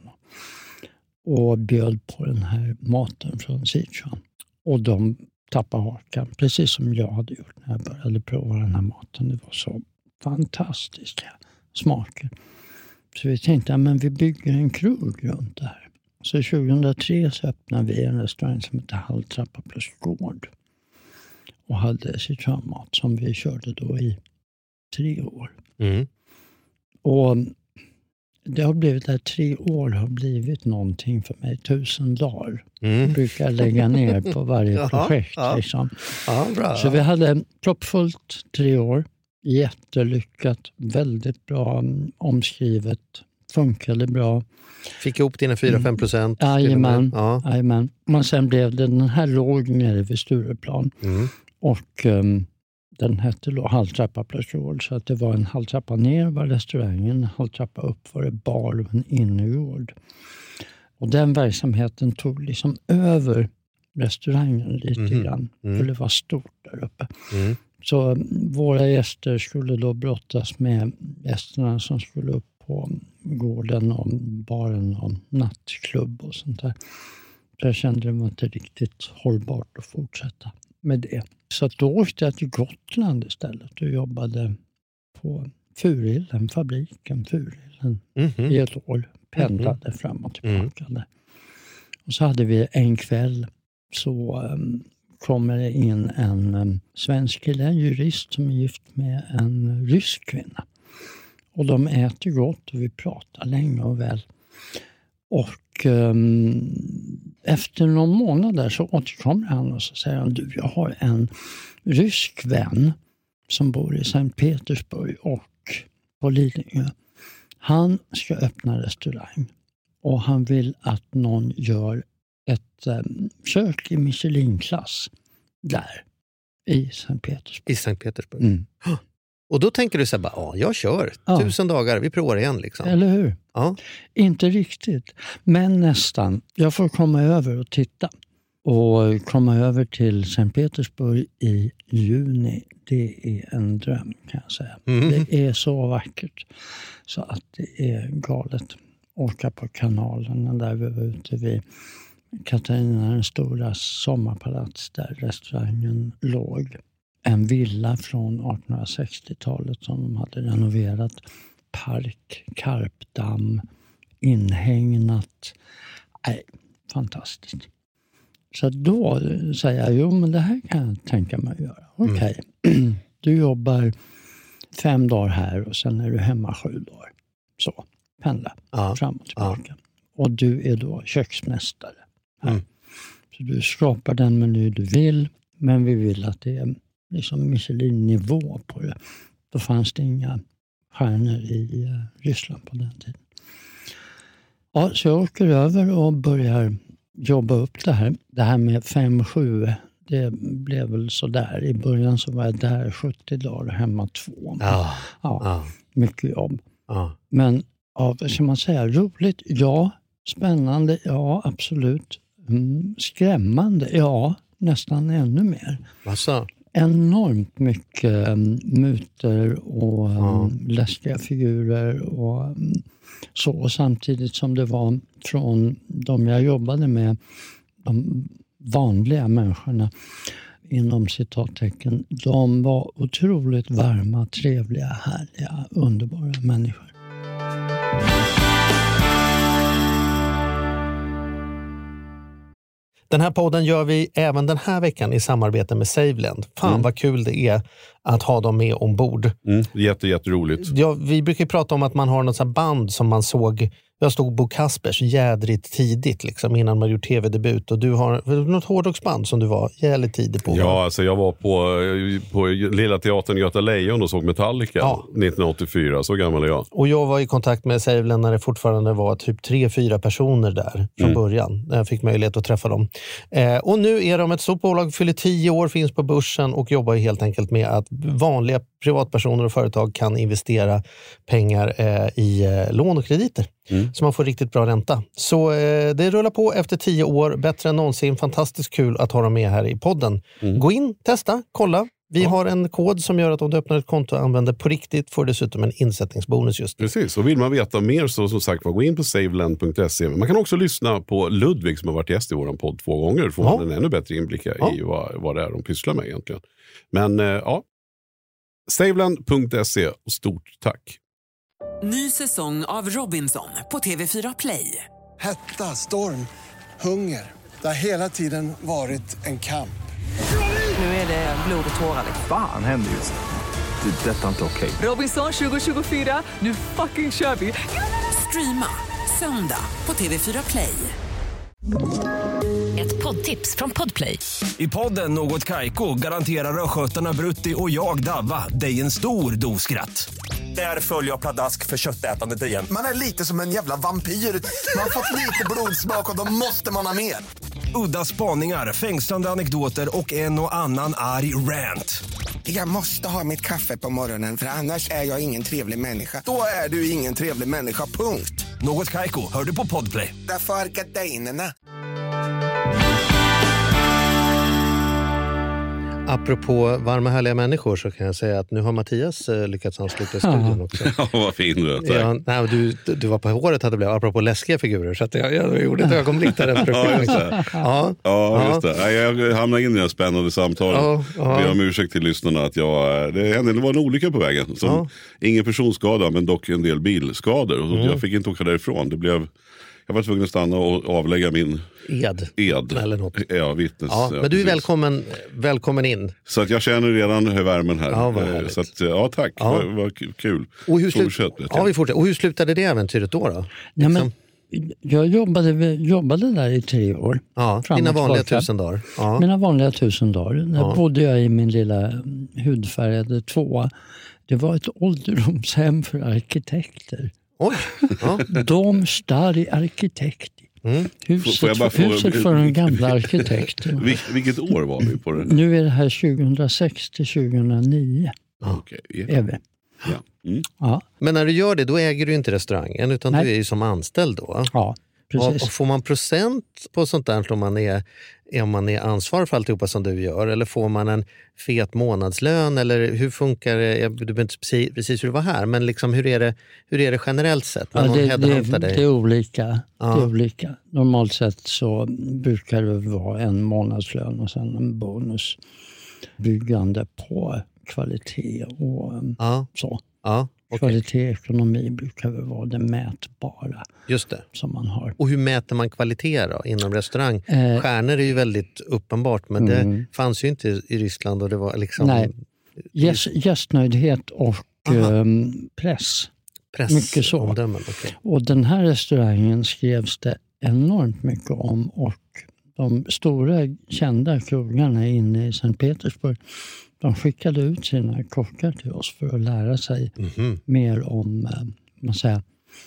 Speaker 5: och bjöd på den här maten från Sichuan. Och de tappade hakan, precis som jag hade gjort när jag började prova den här maten. Det var så fantastiska smaker. Så vi tänkte, ja, men vi bygger en krog runt det här. Så tjugohundratre så öppnade vi en restaurang som heter Halltrappa plus gård. Och hade Sichuan-mat som vi körde då i tre år.
Speaker 4: Mm.
Speaker 5: Och det har blivit, där tre år har blivit någonting för mig, tusen dagar.
Speaker 4: Mm.
Speaker 5: Jag brukar lägga ner på varje
Speaker 4: Jaha,
Speaker 5: projekt.
Speaker 4: ja.
Speaker 5: Liksom.
Speaker 4: Ja, bra.
Speaker 5: Så vi hade proppfullt tre år. Jättelyckat, väldigt bra um, omskrivet, funkade bra.
Speaker 4: Fick ihop dina fyra till fem procent.
Speaker 5: Jajamän,
Speaker 4: Ja.
Speaker 5: jajamän. Men sen blev det, den här låg nere vid Stureplan.
Speaker 4: Mm.
Speaker 5: Och um, den hette då Halltrappa plus gård. Så att det var en halvtrappa ner var restaurangen, en halvtrappa upp var det bar och en innergård. Och den verksamheten tog liksom över restaurangen lite
Speaker 4: Mm.
Speaker 5: grann.
Speaker 4: Mm.
Speaker 5: För det var stort där uppe.
Speaker 4: Mm.
Speaker 5: Så våra gäster skulle då brottas med gästerna som skulle upp på gården och baren och nattklubb och sånt där. Så jag kände det var inte riktigt hållbart att fortsätta med det. Så då åkte jag till Gotland istället och jobbade på Furillen, fabriken Furillen mm-hmm. i ett år. Pendlade mm-hmm. fram och tillbaka. Mm. Och så hade vi en kväll så um, kommer det in en um, svensk kille, en jurist som är gift med en rysk kvinna. Och de äter gott och vi pratar länge och väl. Och um, efter någon månad där så återkommer han och så säger han, du, jag har en rysk vän som bor i Sankt Petersburg och på Lidingö. Han ska öppna restaurang och han vill att någon gör ett um, kök i Michelin-klass där i Sankt Petersburg.
Speaker 4: I Sankt Petersburg. Mm. Och då tänker du så här, bara, ja, jag kör. Ja. Tusen dagar, vi provar igen liksom.
Speaker 5: Eller hur?
Speaker 4: Ja.
Speaker 5: Inte riktigt, men nästan. Jag får komma över och titta. Och komma över till Sankt Petersburg i juni, det är en dröm kan jag säga. Mm. Det är så vackert så att det är galet. Åka på kanalen där vi var ute vid Katarina den stora sommarpalats där restaurangen låg. En villa från artonhundrasextiotalet som de hade renoverat. Park, karpdamm, inhägnat. Nej, fantastiskt. Så då säger jag, jo men det här kan jag tänka mig att göra. Okej, okay. mm. Du jobbar fem dagar här och sen är du hemma sju dagar. Så, pendla ja. fram och tillbaka. Ja. Och du är då köksmästare här. Mm. Så du skapar den meny du vill, men vi vill att det är liksom Michelin-nivå på det. Då fanns det inga stjärnor i uh, Ryssland på den tiden. Ja, så jag åker över och börjar jobba upp det här. Det här med fem sju, det blev väl så där. I början så var jag där sjuttio dagar hemma två.
Speaker 4: Ja,
Speaker 5: ja,
Speaker 4: ja.
Speaker 5: Mycket jobb.
Speaker 4: Ja.
Speaker 5: Men ja, vad ska man säga, roligt? Ja. Spännande? Ja, absolut. Mm, skrämmande? Ja, nästan ännu mer.
Speaker 4: Vad så?
Speaker 5: Enormt mycket um, muter och um, ja. läskiga figurer och um, så. Och samtidigt som det var från de jag jobbade med, de vanliga människorna inom citattecken, de var otroligt varma, trevliga, härliga, underbara människor.
Speaker 4: Den här podden gör vi även den här veckan i samarbete med SaveLend. Fan mm. vad kul det är att ha dem med ombord.
Speaker 6: Mm, jätte, jätteroligt.
Speaker 4: Ja, vi brukar prata om att man har något sånt band som man såg. Jag stod Bo Kaspers jädrigt tidigt liksom, innan man gjort tv-debut. Och du har något hårdrocksband som du var jävligt tidig på.
Speaker 6: Ja, alltså jag var på, på Lilla Teatern Göta Lejon och såg Metallica ja. nittonhundraåttiofyra. Så gammal är jag.
Speaker 4: Och jag var i kontakt med SaveLend när det fortfarande var typ tre, fyra personer där från mm. början. När jag fick möjlighet att träffa dem. Eh, och nu är de ett stort bolag, fyller tio år, finns på börsen och jobbar helt enkelt med att vanliga privatpersoner och företag kan investera pengar eh, i eh, lån och krediter. Mm. Så man får riktigt bra ränta. Så eh, det rullar på efter tio år. Bättre än någonsin. Fantastiskt kul att ha dem med här i podden. Mm. Gå in, testa, kolla. Vi ja. har en kod som gör att om du öppnar ett konto och använder på riktigt får du dessutom en insättningsbonus just.
Speaker 6: Precis, och vill man veta mer så som sagt gå in på saveland punkt se. Man kan också lyssna på Ludvig som har varit gäst i vår podd två gånger. Får ja. man en ännu bättre inblick ja. i vad, vad det är de pysslar med egentligen. Men eh, ja, saveland punkt se och stort tack.
Speaker 1: Ny säsong av Robinson på T V fyra Play.
Speaker 2: Hetta, storm, hunger. Det har hela tiden varit en kamp.
Speaker 1: Nu är det blod och tårar.
Speaker 3: Fan händer just det. Det är detta inte okej.
Speaker 1: Okay. Robinson tjugo tjugofyra, nu fucking kör vi. Streama söndag på T V fyra Play.
Speaker 7: Ett poddtips från Podplay.
Speaker 8: I podden Något Kaiko garanterar röskötarna Brutti och jag Davva dig en stor doskratt. Där följer jag pladask för köttätandet igen.
Speaker 9: Man är lite som en jävla vampyr. Man har fått lite blodsmak och då måste man ha mer.
Speaker 8: Udda spaningar, fängslande anekdoter och en och annan arg rant.
Speaker 9: Jag måste ha mitt kaffe på morgonen för annars är jag ingen trevlig människa. Då är du ingen trevlig människa, punkt.
Speaker 8: Något Kaiko, hör du på Podplay.
Speaker 9: Därför är gardinerna.
Speaker 4: Apropå varma härliga människor så kan jag säga att nu har Mattias eh, lyckats ansluta studion också.
Speaker 6: Ja, vad fin du är.
Speaker 4: Ja, nej, du, du var på håret hade blivit apropå läskiga figurer så att jag, jag gjorde ett ögonblick där.
Speaker 6: Ja, just det.
Speaker 4: Ja,
Speaker 6: ja, just det. Jag hamnade in i det spännande samtalet. Ja, ja. Jag har med ursäkt till lyssnarna att jag, det, hände, det var en olycka på vägen. Som, ja. Ingen personskada men dock en del bilskador. Och mm. Jag fick inte åka därifrån. Det blev... Jag var tvungen att stanna och avlägga min
Speaker 4: ed.
Speaker 6: ed.
Speaker 4: Eller något.
Speaker 6: Ja, vittnes.
Speaker 4: Ja, men du är välkommen, välkommen in.
Speaker 6: Så att jag känner redan hur värmen här.
Speaker 4: Ja,
Speaker 6: så att, ja tack. Ja. Vad, vad kul.
Speaker 4: Och hur, slut... ja, vi fortsätter. Och hur slutade det äventyret då? då?
Speaker 5: Ja, men, jag jobbade, jobbade där i tre år.
Speaker 4: Ja, mina vanliga tusen dagar. Ja.
Speaker 5: Mina vanliga tusen dagar. Där ja. bodde jag i min lilla hudfärgade tvåa. Det var ett ålderdomshem för arkitekter.
Speaker 4: Oj. Ja.
Speaker 5: De stad arkitekt. Mm. Huset,
Speaker 6: få,
Speaker 5: huset för den gamla arkitekten.
Speaker 6: Vil, vilket år var vi på det?
Speaker 5: Nu är det här tjugohundrasex till tjugohundranio.
Speaker 6: Okej, okay, yeah.
Speaker 5: ja. Mm. Ja.
Speaker 4: Men när du gör det, då äger du inte restaurangen utan Nej. du är ju som anställd då.
Speaker 5: Ja, precis.
Speaker 4: Och, och får man procent på sånt där om man är, om man är ansvarig för alltihopa som du gör? Eller får man en fet månadslön? Eller hur funkar det? Du behöver inte precis, precis hur det var här, men liksom, hur, är det, hur är det generellt sett?
Speaker 5: Ja, det, det, det är olika. Ja. Det är olika. Normalt sett så brukar det vara en månadslön och sen en bonus byggande på kvalitet och ja. så. Ja. Okay. Kvalitet, ekonomi brukar väl vara det mätbara.
Speaker 4: Just det.
Speaker 5: Som man har.
Speaker 4: Och hur mäter man kvalitet då inom restaurang? Eh, Stjärnor är ju väldigt uppenbart, men mm. det fanns ju inte i Ryssland och det var liksom...
Speaker 5: Nej, Gäst, gästnöjdhet och um, press.
Speaker 4: Press.
Speaker 5: Mycket så.
Speaker 4: Omdömen, okay.
Speaker 5: Och den här restaurangen skrevs det enormt mycket om och de stora kända krogarna inne i Sankt Petersburg, de skickade ut sina kockar till oss för att lära sig mm-hmm. mer om man säger,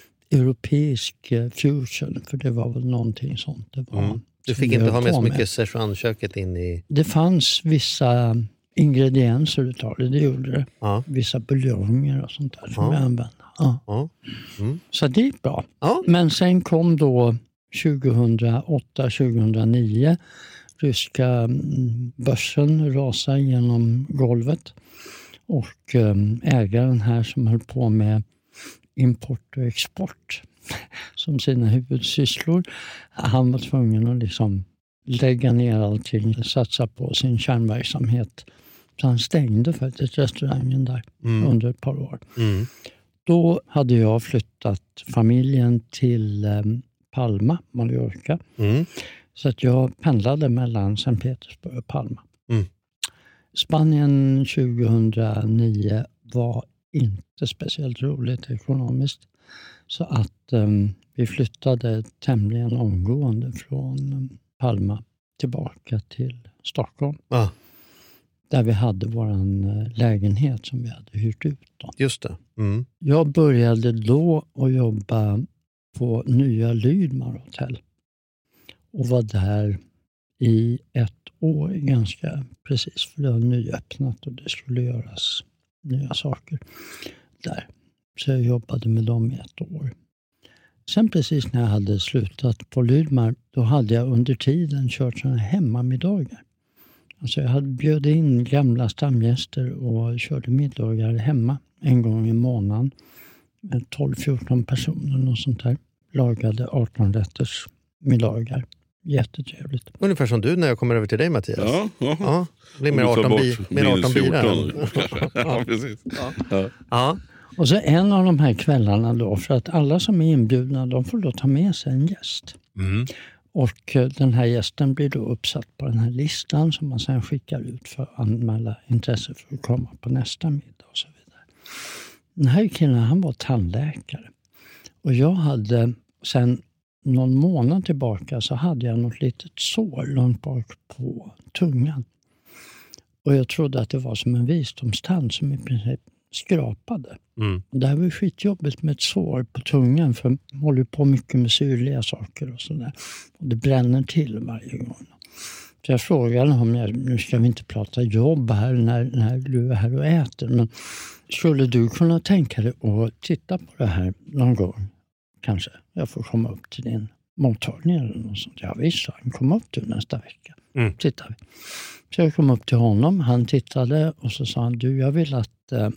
Speaker 5: europeisk fusion. För det var väl någonting sånt. Det var,
Speaker 4: mm. Du fick inte ha med så mycket Sichuan-köket in i...
Speaker 5: Det fanns vissa ingredienser utav det, det gjorde det. Ja. Vissa buljonger och sånt där som ja. jag använde. Ja. Ja. Mm. Så det gick bra. Ja. Men sen kom då tjugohundraåtta tjugohundranio ryska börsen rasade genom golvet och ägaren här som höll på med import och export som sina huvudsysslor, han var tvungen att liksom lägga ner allting, satsa på sin kärnverksamhet. Så han stängde faktiskt restaurangen där mm. under ett par år. Mm. Då hade jag flyttat familjen till Palma, Mallorca. Mm. Så att jag pendlade mellan Sankt Petersburg och Palma. Mm. Spanien tjugohundranio var inte speciellt roligt ekonomiskt. Så att um, vi flyttade tämligen omgående från um, Palma tillbaka till Stockholm. Ah. Där vi hade vår uh, lägenhet som vi hade hyrt ut. Då.
Speaker 4: Just det. Mm.
Speaker 5: Jag började då att jobba på nya Lydmar hotell. Och var där i ett år ganska precis. För det var nyöppnat och det skulle göras nya saker där. Så jag jobbade med dem i ett år. Sen precis när jag hade slutat på Lydmar, då hade jag under tiden kört sådana hemmamiddagar. Alltså jag hade bjöd in gamla stamgäster och körde middagar hemma en gång i månaden. Med tolv fjorton personer och sånt där. Lagade arton rätters middagar. Jättetrevligt.
Speaker 4: Ungefär som du när jag kommer över till dig, Mattias.
Speaker 6: Ja, ja.
Speaker 4: ja det blir mer arton, bi, mer arton bilar.
Speaker 6: Ja, precis.
Speaker 5: Ja. Ja. Ja. Och så en av de här kvällarna då, för att alla som är inbjudna, de får då ta med sig en gäst. Mm. Och den här gästen blir då uppsatt på den här listan som man sen skickar ut för att anmäla intresse för att komma på nästa middag och så vidare. Den här killen, han var tandläkare. Och jag hade sen någon månad tillbaka så hade jag något litet sår långt bak på tungan. Och jag trodde att det var som en visdomstand som i princip skrapade. Mm. Det här var skitjobbigt med ett sår på tungan för man håller på mycket med syrliga saker och sådär. Och det bränner till varje gång. Så jag frågade om jag, nu ska vi inte prata jobb här när, när du är här och äter, men skulle du kunna tänka dig att titta på det här någon gång? Kanske jag får komma upp till din mottagning eller något sånt. Ja visst, han kom upp till nästa vecka. mm. tittar vi. Så jag kom upp till honom, han tittade och så sa han, du jag vill att eh,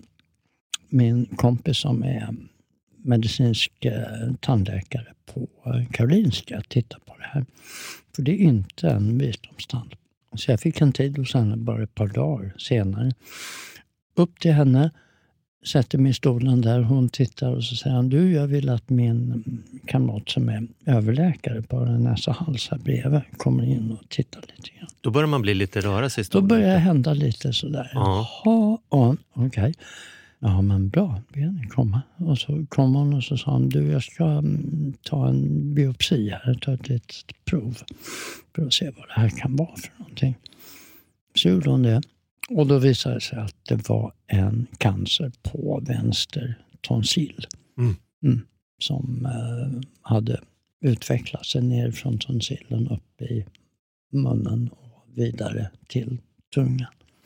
Speaker 5: min kompis som är medicinsk eh, tandläkare på eh, Karolinska titta på det här. För det är inte en visdomstand. Så jag fick en tid och sen bara ett par dagar senare. Upp till henne, sätter mig i stolen där, hon tittar och så säger han, du jag vill att min kamrat som är överläkare på näsa hals här bredvid kommer in och tittar lite grann.
Speaker 4: Då börjar man bli lite röra sig i stolen.
Speaker 5: Då börjar det hända lite sådär.
Speaker 4: Ja.
Speaker 5: Jaha, ja, okej. Okay. Ja men bra, be ni komma. Och så kom hon och så sa han, du jag ska um, ta en biopsi här, ta ett litet prov för att se vad det här kan vara för någonting. Så gjorde hon det. Och då visade det sig att det var en cancer på vänster tonsill. Mm. Mm, som uh, hade utvecklat sig ner från tonsillen upp i munnen och vidare till tungan.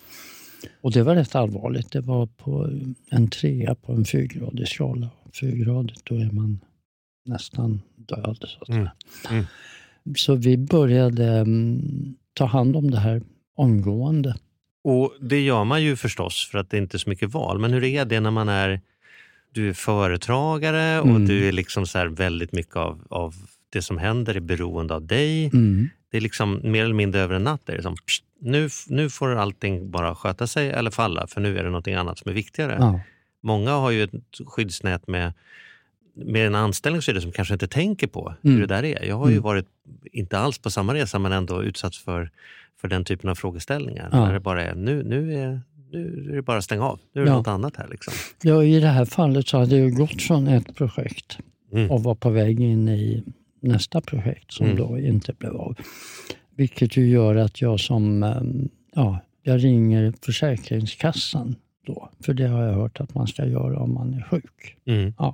Speaker 5: Och det var rätt allvarligt. Det var på en trea på en fyrgradig skala. Fyrgradigt, då är man nästan död. Så, att mm. Mm. så vi började um, ta hand om det här omgående.
Speaker 4: Och det gör man ju förstås för att det inte är så mycket val. Men hur är det när man är, du är företagare och mm. du är liksom så här väldigt mycket av, av det som händer är beroende av dig. Mm. Det är liksom mer eller mindre över en natt. Det är som, pst, nu, nu får allting bara sköta sig eller falla för nu är det någonting annat som är viktigare. Ja. Många har ju ett skyddsnät med, med en anställning så är det som kanske inte tänker på mm. hur det där är. Jag har ju mm. varit, inte alls på samma resa men ändå utsatt för, för den typen av frågeställningar. Ja. Där det bara är, nu, nu är nu är det bara att stänga av. Nu är det ja. något annat här liksom.
Speaker 5: Ja, i det här fallet så hade jag gått från ett projekt mm. och var på väg in i nästa projekt som mm. då inte blev av. Vilket ju gör att jag som, ja, jag ringer Försäkringskassan då. För det har jag hört att man ska göra om man är sjuk. Mm. Ja.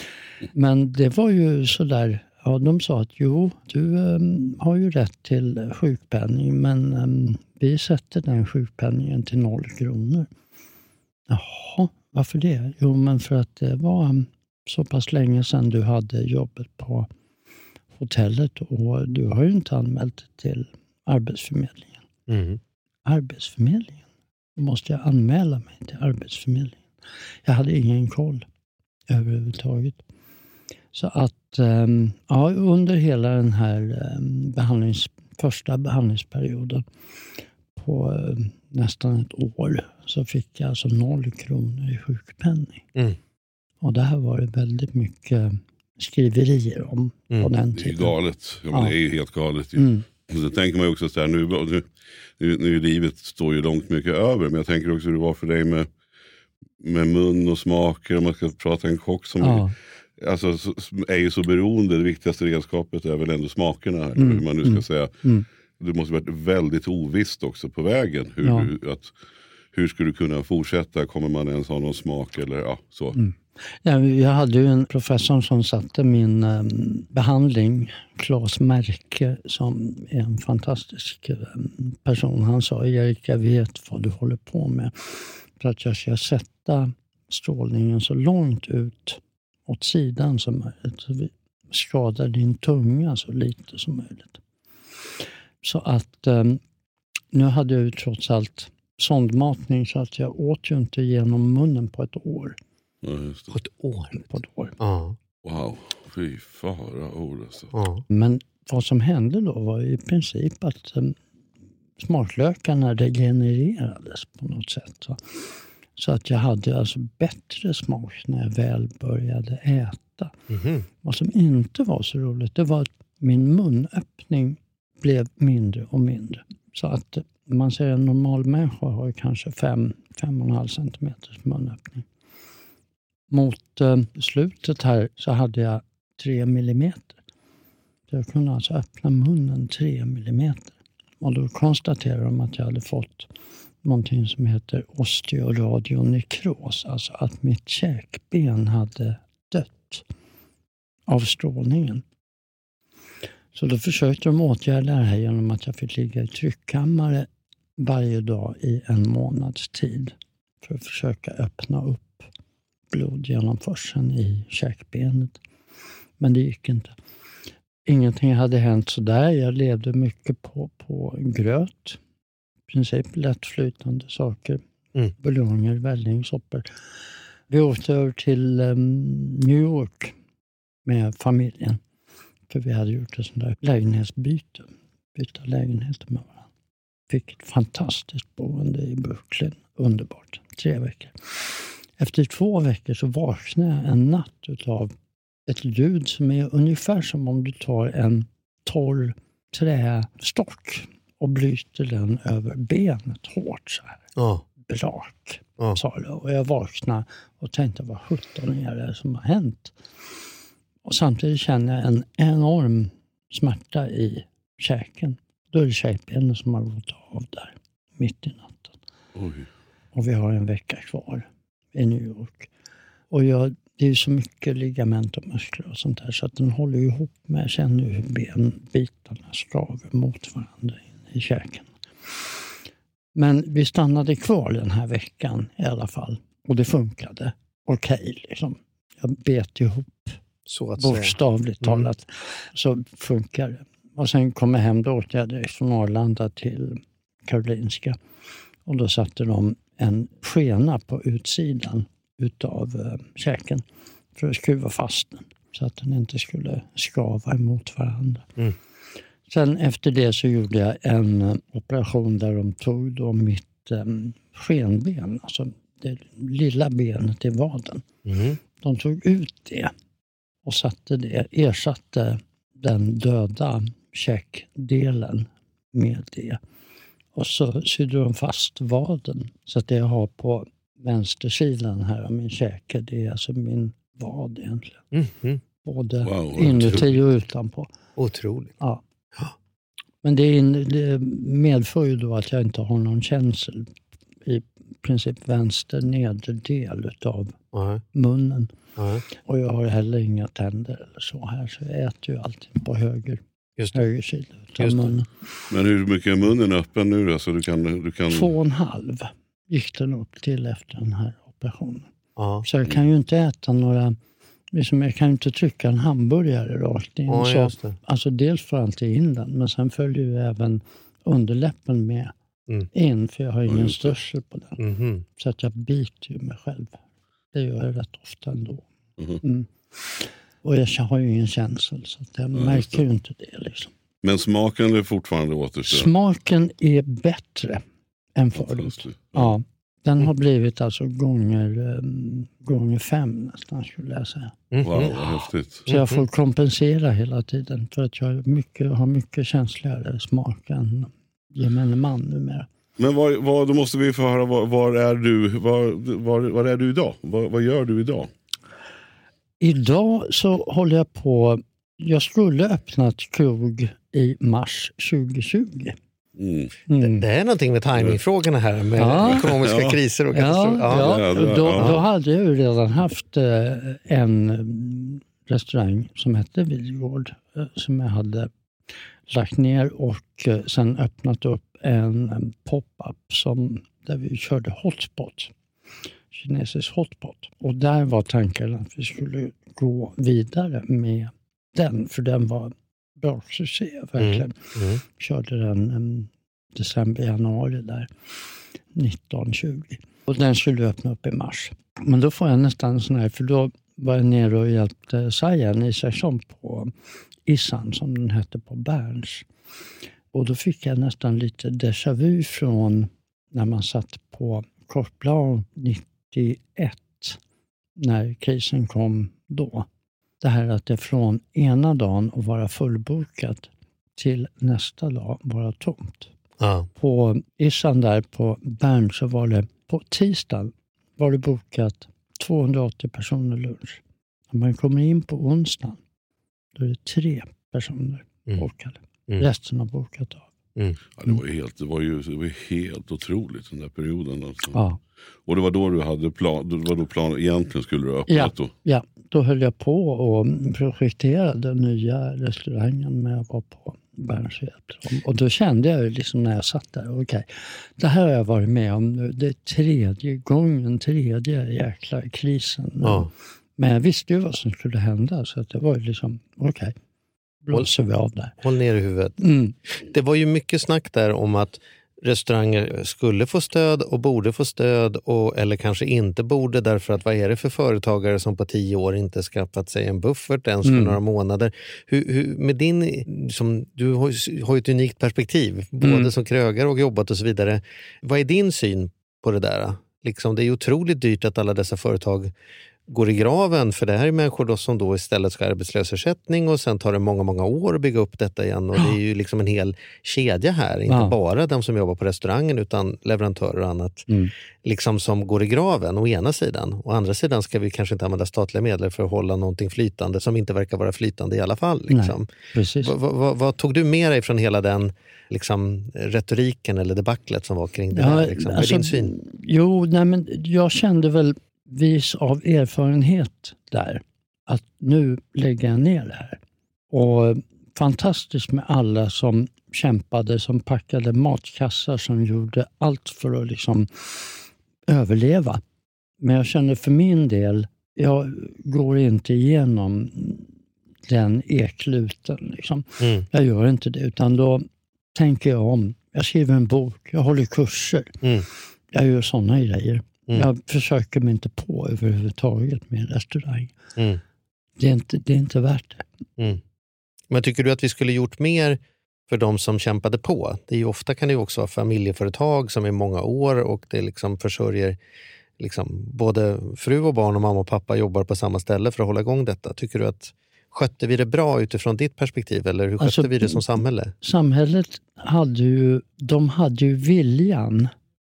Speaker 5: Men det var ju sådär, ja de sa att jo, du um, har ju rätt till sjukpenning men um, vi sätter den sjukpenningen till noll kronor. Jaha, varför det? Jo, men för att det var um, så pass länge sedan du hade jobbet på hotellet och du har ju inte anmält det till Arbetsförmedlingen. Mm. Arbetsförmedlingen? Då måste jag anmäla mig till Arbetsförmedlingen. Jag hade ingen koll överhuvudtaget. Så att um, ja, under hela den här um, behandlings, första behandlingsperioden på um, nästan ett år så fick jag alltså noll kronor i sjukpenning. Mm. Och det här var det väldigt mycket skriverier om mm. på den tiden.
Speaker 6: Det är galet. Ja, ja. Det är ju helt galet. Ju. Mm. Och så tänker man ju också så här, nu, nu, nu, nu livet står ju långt mycket över. Men jag tänker också hur det var för dig med, med mun och smaker. Om man ska prata en kock som ja. är, alltså, är ju så beroende. Det viktigaste redskapet är väl ändå smakerna. Här, mm. hur man nu ska mm. säga. Mm. Det måste varit väldigt ovisst också på vägen. Hur, ja. du, att, hur skulle du kunna fortsätta? Kommer man ens ha någon smak eller ja, så. Mm.
Speaker 5: Ja, jag hade ju en professor som satte min um, behandling, Claes Märke, som är en fantastisk um, person. Han sa, Erik, jag vet vad du håller på med. För att jag ska sätta strålningen så långt ut åt sidan som möjligt. Så vi skadar din tunga så lite som möjligt. Så att um, nu hade jag ju trots allt sondmatning så att jag åt ju inte genom munnen på ett år.
Speaker 6: Ja, just det.
Speaker 4: På ett år?
Speaker 5: På ett år.
Speaker 6: Ja. Wow, fy fara ord alltså.
Speaker 5: Ja. Men vad som hände då var i princip att um, smaklökarna regenererades på något sätt. Så, så att jag hade alltså bättre smak när jag väl började äta. Mm-hmm. Vad som inte var så roligt, det var att min munöppning blev mindre och mindre. Så att man säger en normal människa har kanske fem, fem och en halv centimeters munöppning. Mot eh, slutet här så hade jag tre millimeter. Jag kunde alltså öppna munnen tre millimeter. Och då konstaterade de att jag hade fått någonting som heter osteoradionekros. Alltså att mitt käkben hade dött av strålningen. Så då försökte de åtgärda det här genom att jag fick ligga i tryckkammare varje dag i en månads tid. För att försöka öppna upp blodgenomförseln i käkbenet. Men det gick inte. ingenting hade hänt så där. Jag levde mycket på, på gröt. I princip lättflytande saker. Mm. Buljonger, vällingsoppor. Vi åkte över till um, New York med familjen. För vi hade gjort ett sånt där lägenhetsbyte. Byta lägenheter med varandra. Fick ett fantastiskt boende i Brooklyn. Underbart. Tre veckor. Efter två veckor så vaknade jag en natt utav ett ljud som är ungefär som om du tar en torr trästock och bryter den över benet hårt så här. Ja. Brak, ja. Sa det. Och jag vaknade och tänkte, vad sjutton är det som har hänt? Och samtidigt känner jag en enorm smärta i käken. Då är det käkbenen som har gått av där mitt i natten. Oj. Och vi har en vecka kvar i New York. Och jag, det är ju så mycket ligament och muskler och sånt där så att den håller ihop med. Jag känner hur benbitarna skaver mot varandra i käken. Men vi stannade kvar den här veckan i alla fall. Och det funkade okej okay, liksom. Jag bet ihop så att bokstavligt säga. Talat. Mm. Så funkar det. Och sen kom jag hem, då åkte jag direkt från Arlanda till Karolinska. Och då satte de en skena på utsidan utav uh, käken för att skruva fast den. Så att den inte skulle skava emot varandra. Mm. Sen efter det så gjorde jag en uh, operation där de tog då mitt um, skenben. Alltså det lilla benet i vaden. Mm. De tog ut det och satte det, ersatte den döda käkdelen med det. Och så sydde de fast vaden. Så att det jag har på vänstersidan här av min käke, det är alltså min vad egentligen. Mm, mm. Både wow, inuti och utanpå.
Speaker 4: Otroligt.
Speaker 5: Ja. Men det, in, det medför ju då att jag inte har någon känsel i princip vänster nederdel utav uh-huh. munnen. Uh-huh. Och jag har heller inga tänder eller så här. Så jag äter ju alltid på höger. Just höger sida utav munnen.
Speaker 6: Men hur mycket är munnen öppen nu då? Så du kan, du kan...
Speaker 5: Två och en halv gick den upp till efter den här operationen. Uh-huh. Så jag kan ju inte äta några... Liksom jag kan ju inte trycka en hamburgare rakt in. Uh-huh, så, alltså dels får jag alltid in den. Men sen följer ju även underläppen med. Mm. In, för jag har ingen ja, störsel på den. Mm-hmm. Så att jag biter ju mig själv. Det gör jag rätt ofta ändå. Mm-hmm. Mm. Och jag har ju ingen känsel, så att jag ja, märker ju inte det. Liksom.
Speaker 6: Men smaken är fortfarande återstår?
Speaker 5: Smaken är bättre än förut. Ja. ja, den mm. har blivit alltså gånger, um, gånger fem nästan, skulle jag säga.
Speaker 6: Mm-hmm. Wow, vad häftigt.
Speaker 5: Så jag får kompensera hela tiden. För att jag mycket, har mycket känsligare smak än gemene man numera.
Speaker 6: Men var, var, då måste vi få höra, var, var är du var, var, var är du idag? Var, vad gör du idag?
Speaker 5: Idag så håller jag på, jag skulle öppna ett krog i mars tjugohundratjugo.
Speaker 4: Mm. Mm. Det, det är någonting med timingfrågorna här med ja. ekonomiska ja. kriser och katastrofer.
Speaker 5: Ja, ja. ja. Då, då hade jag ju redan haft en restaurang som hette Vilgård som jag hade lagt ner och sen öppnat upp en, en pop-up som, där vi körde hotspot. Kinesisk hotpot. Och där var tanken att vi skulle gå vidare med den. För den var bra succé verkligen. Mm. Mm. Körde den um, december, januari där. nitton tjugo. Och den skulle öppna upp i mars. Men då får jag nästan en sån här, för då var jag nere och hjälpte Sajan Isaksson på Issan som den hette på Berns. Och då fick jag nästan lite déjà vu från när man satt på Kortplan nittioett när krisen kom då. Det här att det från ena dagen att vara fullbokat till nästa dag vara tomt. Ah. På Issan där på Bern så var det på tisdagen var det bokat tvåhundraåttio personer lunch. När man kommer in på onsdagen då är det tre personer mm. bokade. Mm. Resten har bokat av.
Speaker 6: Mm. Ja, det var ju helt, det var ju, det var helt otroligt den där perioden. Alltså. Ja. Och det var då du hade plan, det var då plan egentligen skulle du öppna
Speaker 5: ja,
Speaker 6: då?
Speaker 5: Ja, då höll jag på och projekterade den nya restaurangen med att vara på Berns hjälp. Och då kände jag ju liksom när jag satt där, okej, okay, det här har jag varit med om nu. Det är tredje gången, tredje jäkla krisen. Ja. Men jag visste ju vad som skulle hända så att det var ju liksom, okej. Okay. blåser vi av där.
Speaker 4: Håll ner i huvudet.
Speaker 5: Mm.
Speaker 4: Det var ju mycket snack där om att restauranger skulle få stöd och borde få stöd och, eller kanske inte borde, därför att vad är det för företagare som på tio år inte skaffat sig en buffert ens för mm. några månader. Hur, hur, med din, som, du har, har ett unikt perspektiv, både mm. som krögare och jobbat och så vidare. Vad är din syn på det där? Liksom, det är otroligt dyrt att alla dessa företag går i graven, för det här är människor då som då istället ska ha arbetslösersättning och sen tar det många, många år att bygga upp detta igen och ja. det är ju liksom en hel kedja här, inte ja. bara de som jobbar på restaurangen utan leverantörer och annat mm. liksom som går i graven å ena sidan. Å andra sidan ska vi kanske inte använda statliga medel för att hålla någonting flytande som inte verkar vara flytande i alla fall. Liksom.
Speaker 5: Nej, precis.
Speaker 4: V- v- vad tog du med dig från hela den liksom, retoriken eller debacklet som var kring det
Speaker 5: ja,
Speaker 4: här? Liksom?
Speaker 5: Alltså,
Speaker 4: din syn?
Speaker 5: Jo, nej, men jag kände väl vis av erfarenhet där att nu lägger jag ner det här. Och fantastiskt med alla som kämpade, som packade matkassar, som gjorde allt för att liksom överleva. Men jag känner för min del, jag går inte igenom den ekluten. Liksom. Mm. Jag gör inte det, utan då tänker jag om. Jag skriver en bok, jag håller kurser. Mm. Jag gör sådana grejer. Mm. Jag försöker mig inte på överhuvudtaget med en restaurang. Mm. Det, är inte, det är inte värt det.
Speaker 4: Mm. Men tycker du att vi skulle gjort mer för de som kämpade på? Det är ju, ofta kan det ju också vara familjeföretag som är många år och det liksom försörjer liksom, både fru och barn och mamma och pappa jobbar på samma ställe för att hålla igång detta. Tycker du att skötte vi det bra utifrån ditt perspektiv eller hur skötte alltså, vi det som samhälle?
Speaker 5: Samhället hade ju, de hade ju viljan.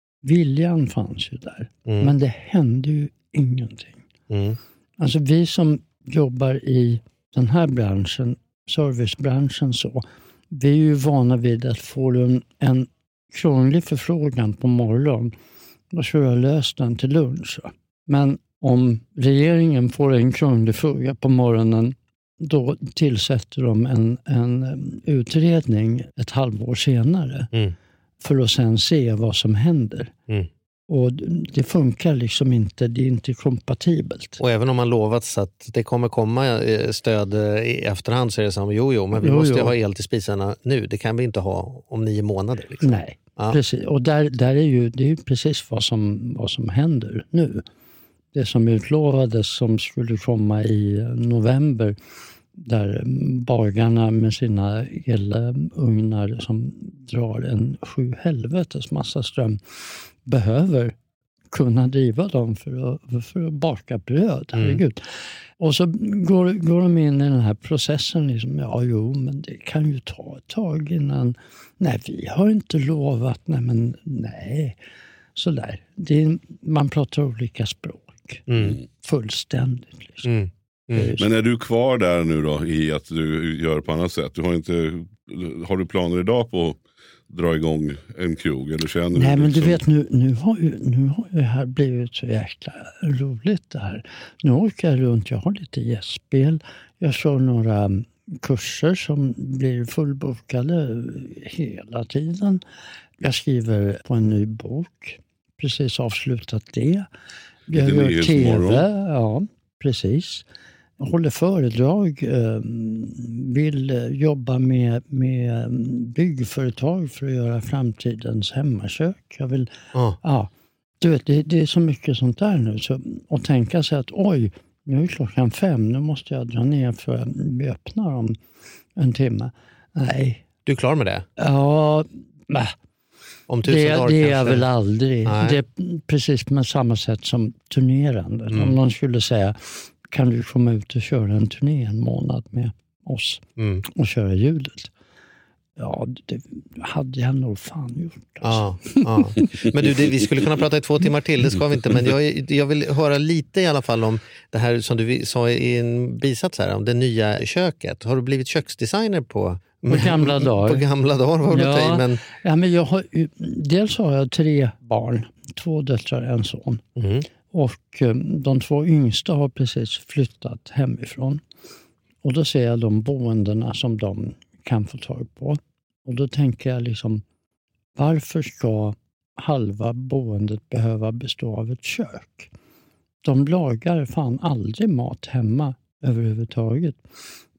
Speaker 5: Viljan fanns ju där. Mm. Men det hände ju ingenting. Mm. Alltså vi som jobbar i den här branschen, servicebranschen så, vi är ju vana vid att få en, en krånglig förfrågan på morgonen. Då ska jag lösa den till lunch. Men om regeringen får en krånglig fråga på morgonen, då tillsätter de en, en utredning ett halvår senare. Mm. För att sen se vad som händer. Mm. Och det funkar liksom inte, det är inte kompatibelt.
Speaker 4: Och även om man lovat att det kommer komma stöd i efterhand så är det som, jo jo, men vi jo, måste jo. ha el till spisarna nu. Det kan vi inte ha om nio månader. Liksom.
Speaker 5: Nej, ja. precis. Och där, där är ju, det är ju precis vad som, vad som händer nu. Det som utlovades som skulle komma i november, där bagarna med sina elugnar som drar en sju helvetes massa ström behöver kunna driva dem för att, för att baka bröd. Herregud. Mm. Och så går, går de in i den här processen. Liksom, ja, jo, men det kan ju ta ett tag innan. Nej, vi har inte lovat. Nej, men nej. Sådär. Det är, man pratar olika språk. Mm. Fullständigt. Liksom. Mm.
Speaker 6: Mm. Men är du kvar där nu då i att du gör på annat sätt? Du har, inte, har du planer idag på att dra igång en krog? Eller känner
Speaker 5: Nej,
Speaker 6: du
Speaker 5: men
Speaker 6: liksom...
Speaker 5: du vet, nu, nu har ju nu har ju det här blivit så jäkla roligt det här. Nu åker jag runt, jag har lite gästspel. Jag kör några kurser som blir fullbokade hela tiden. Jag skriver på en ny bok. Precis avslutat det. Jag gör tv, ja, precis. Jag håller föredrag, vill jobba med, med byggföretag för att göra framtidens hemmakök. Jag vill, ah. ja, du vet, det, det är så mycket sånt där nu. Så, och tänka sig att oj, nu är klockan fem, nu måste jag dra ner för att vi öppnar om en timme. Nej.
Speaker 4: Du är klar med det?
Speaker 5: Ja, nej.
Speaker 4: Om tusen
Speaker 5: det,
Speaker 4: dagar
Speaker 5: det är
Speaker 4: kanske?
Speaker 5: jag väl aldrig. Nej. Det är precis med samma sätt som turnerande. Mm. Om någon skulle säga, kan du komma ut och köra en turné en månad med oss mm. och köra ljudet? Ja, det hade jag nog fan gjort. Alltså.
Speaker 4: Ja, ja. Men du, det, vi skulle kunna prata i två timmar till, det ska vi inte. Men jag, jag vill höra lite i alla fall om det här som du sa i en bisats här, om det nya köket. Har du blivit köksdesigner på...
Speaker 5: På gamla dagar.
Speaker 4: På gamla dagar var det
Speaker 5: ja,
Speaker 4: till, men...
Speaker 5: ja, men jag har, dels har jag tre barn, två döttrar och en son. Mm. Och de två yngsta har precis flyttat hemifrån. Och då ser jag de boendena som de kan få tag på. Och då tänker jag liksom, varför ska halva boendet behöva bestå av ett kök? De lagar fan aldrig mat hemma överhuvudtaget.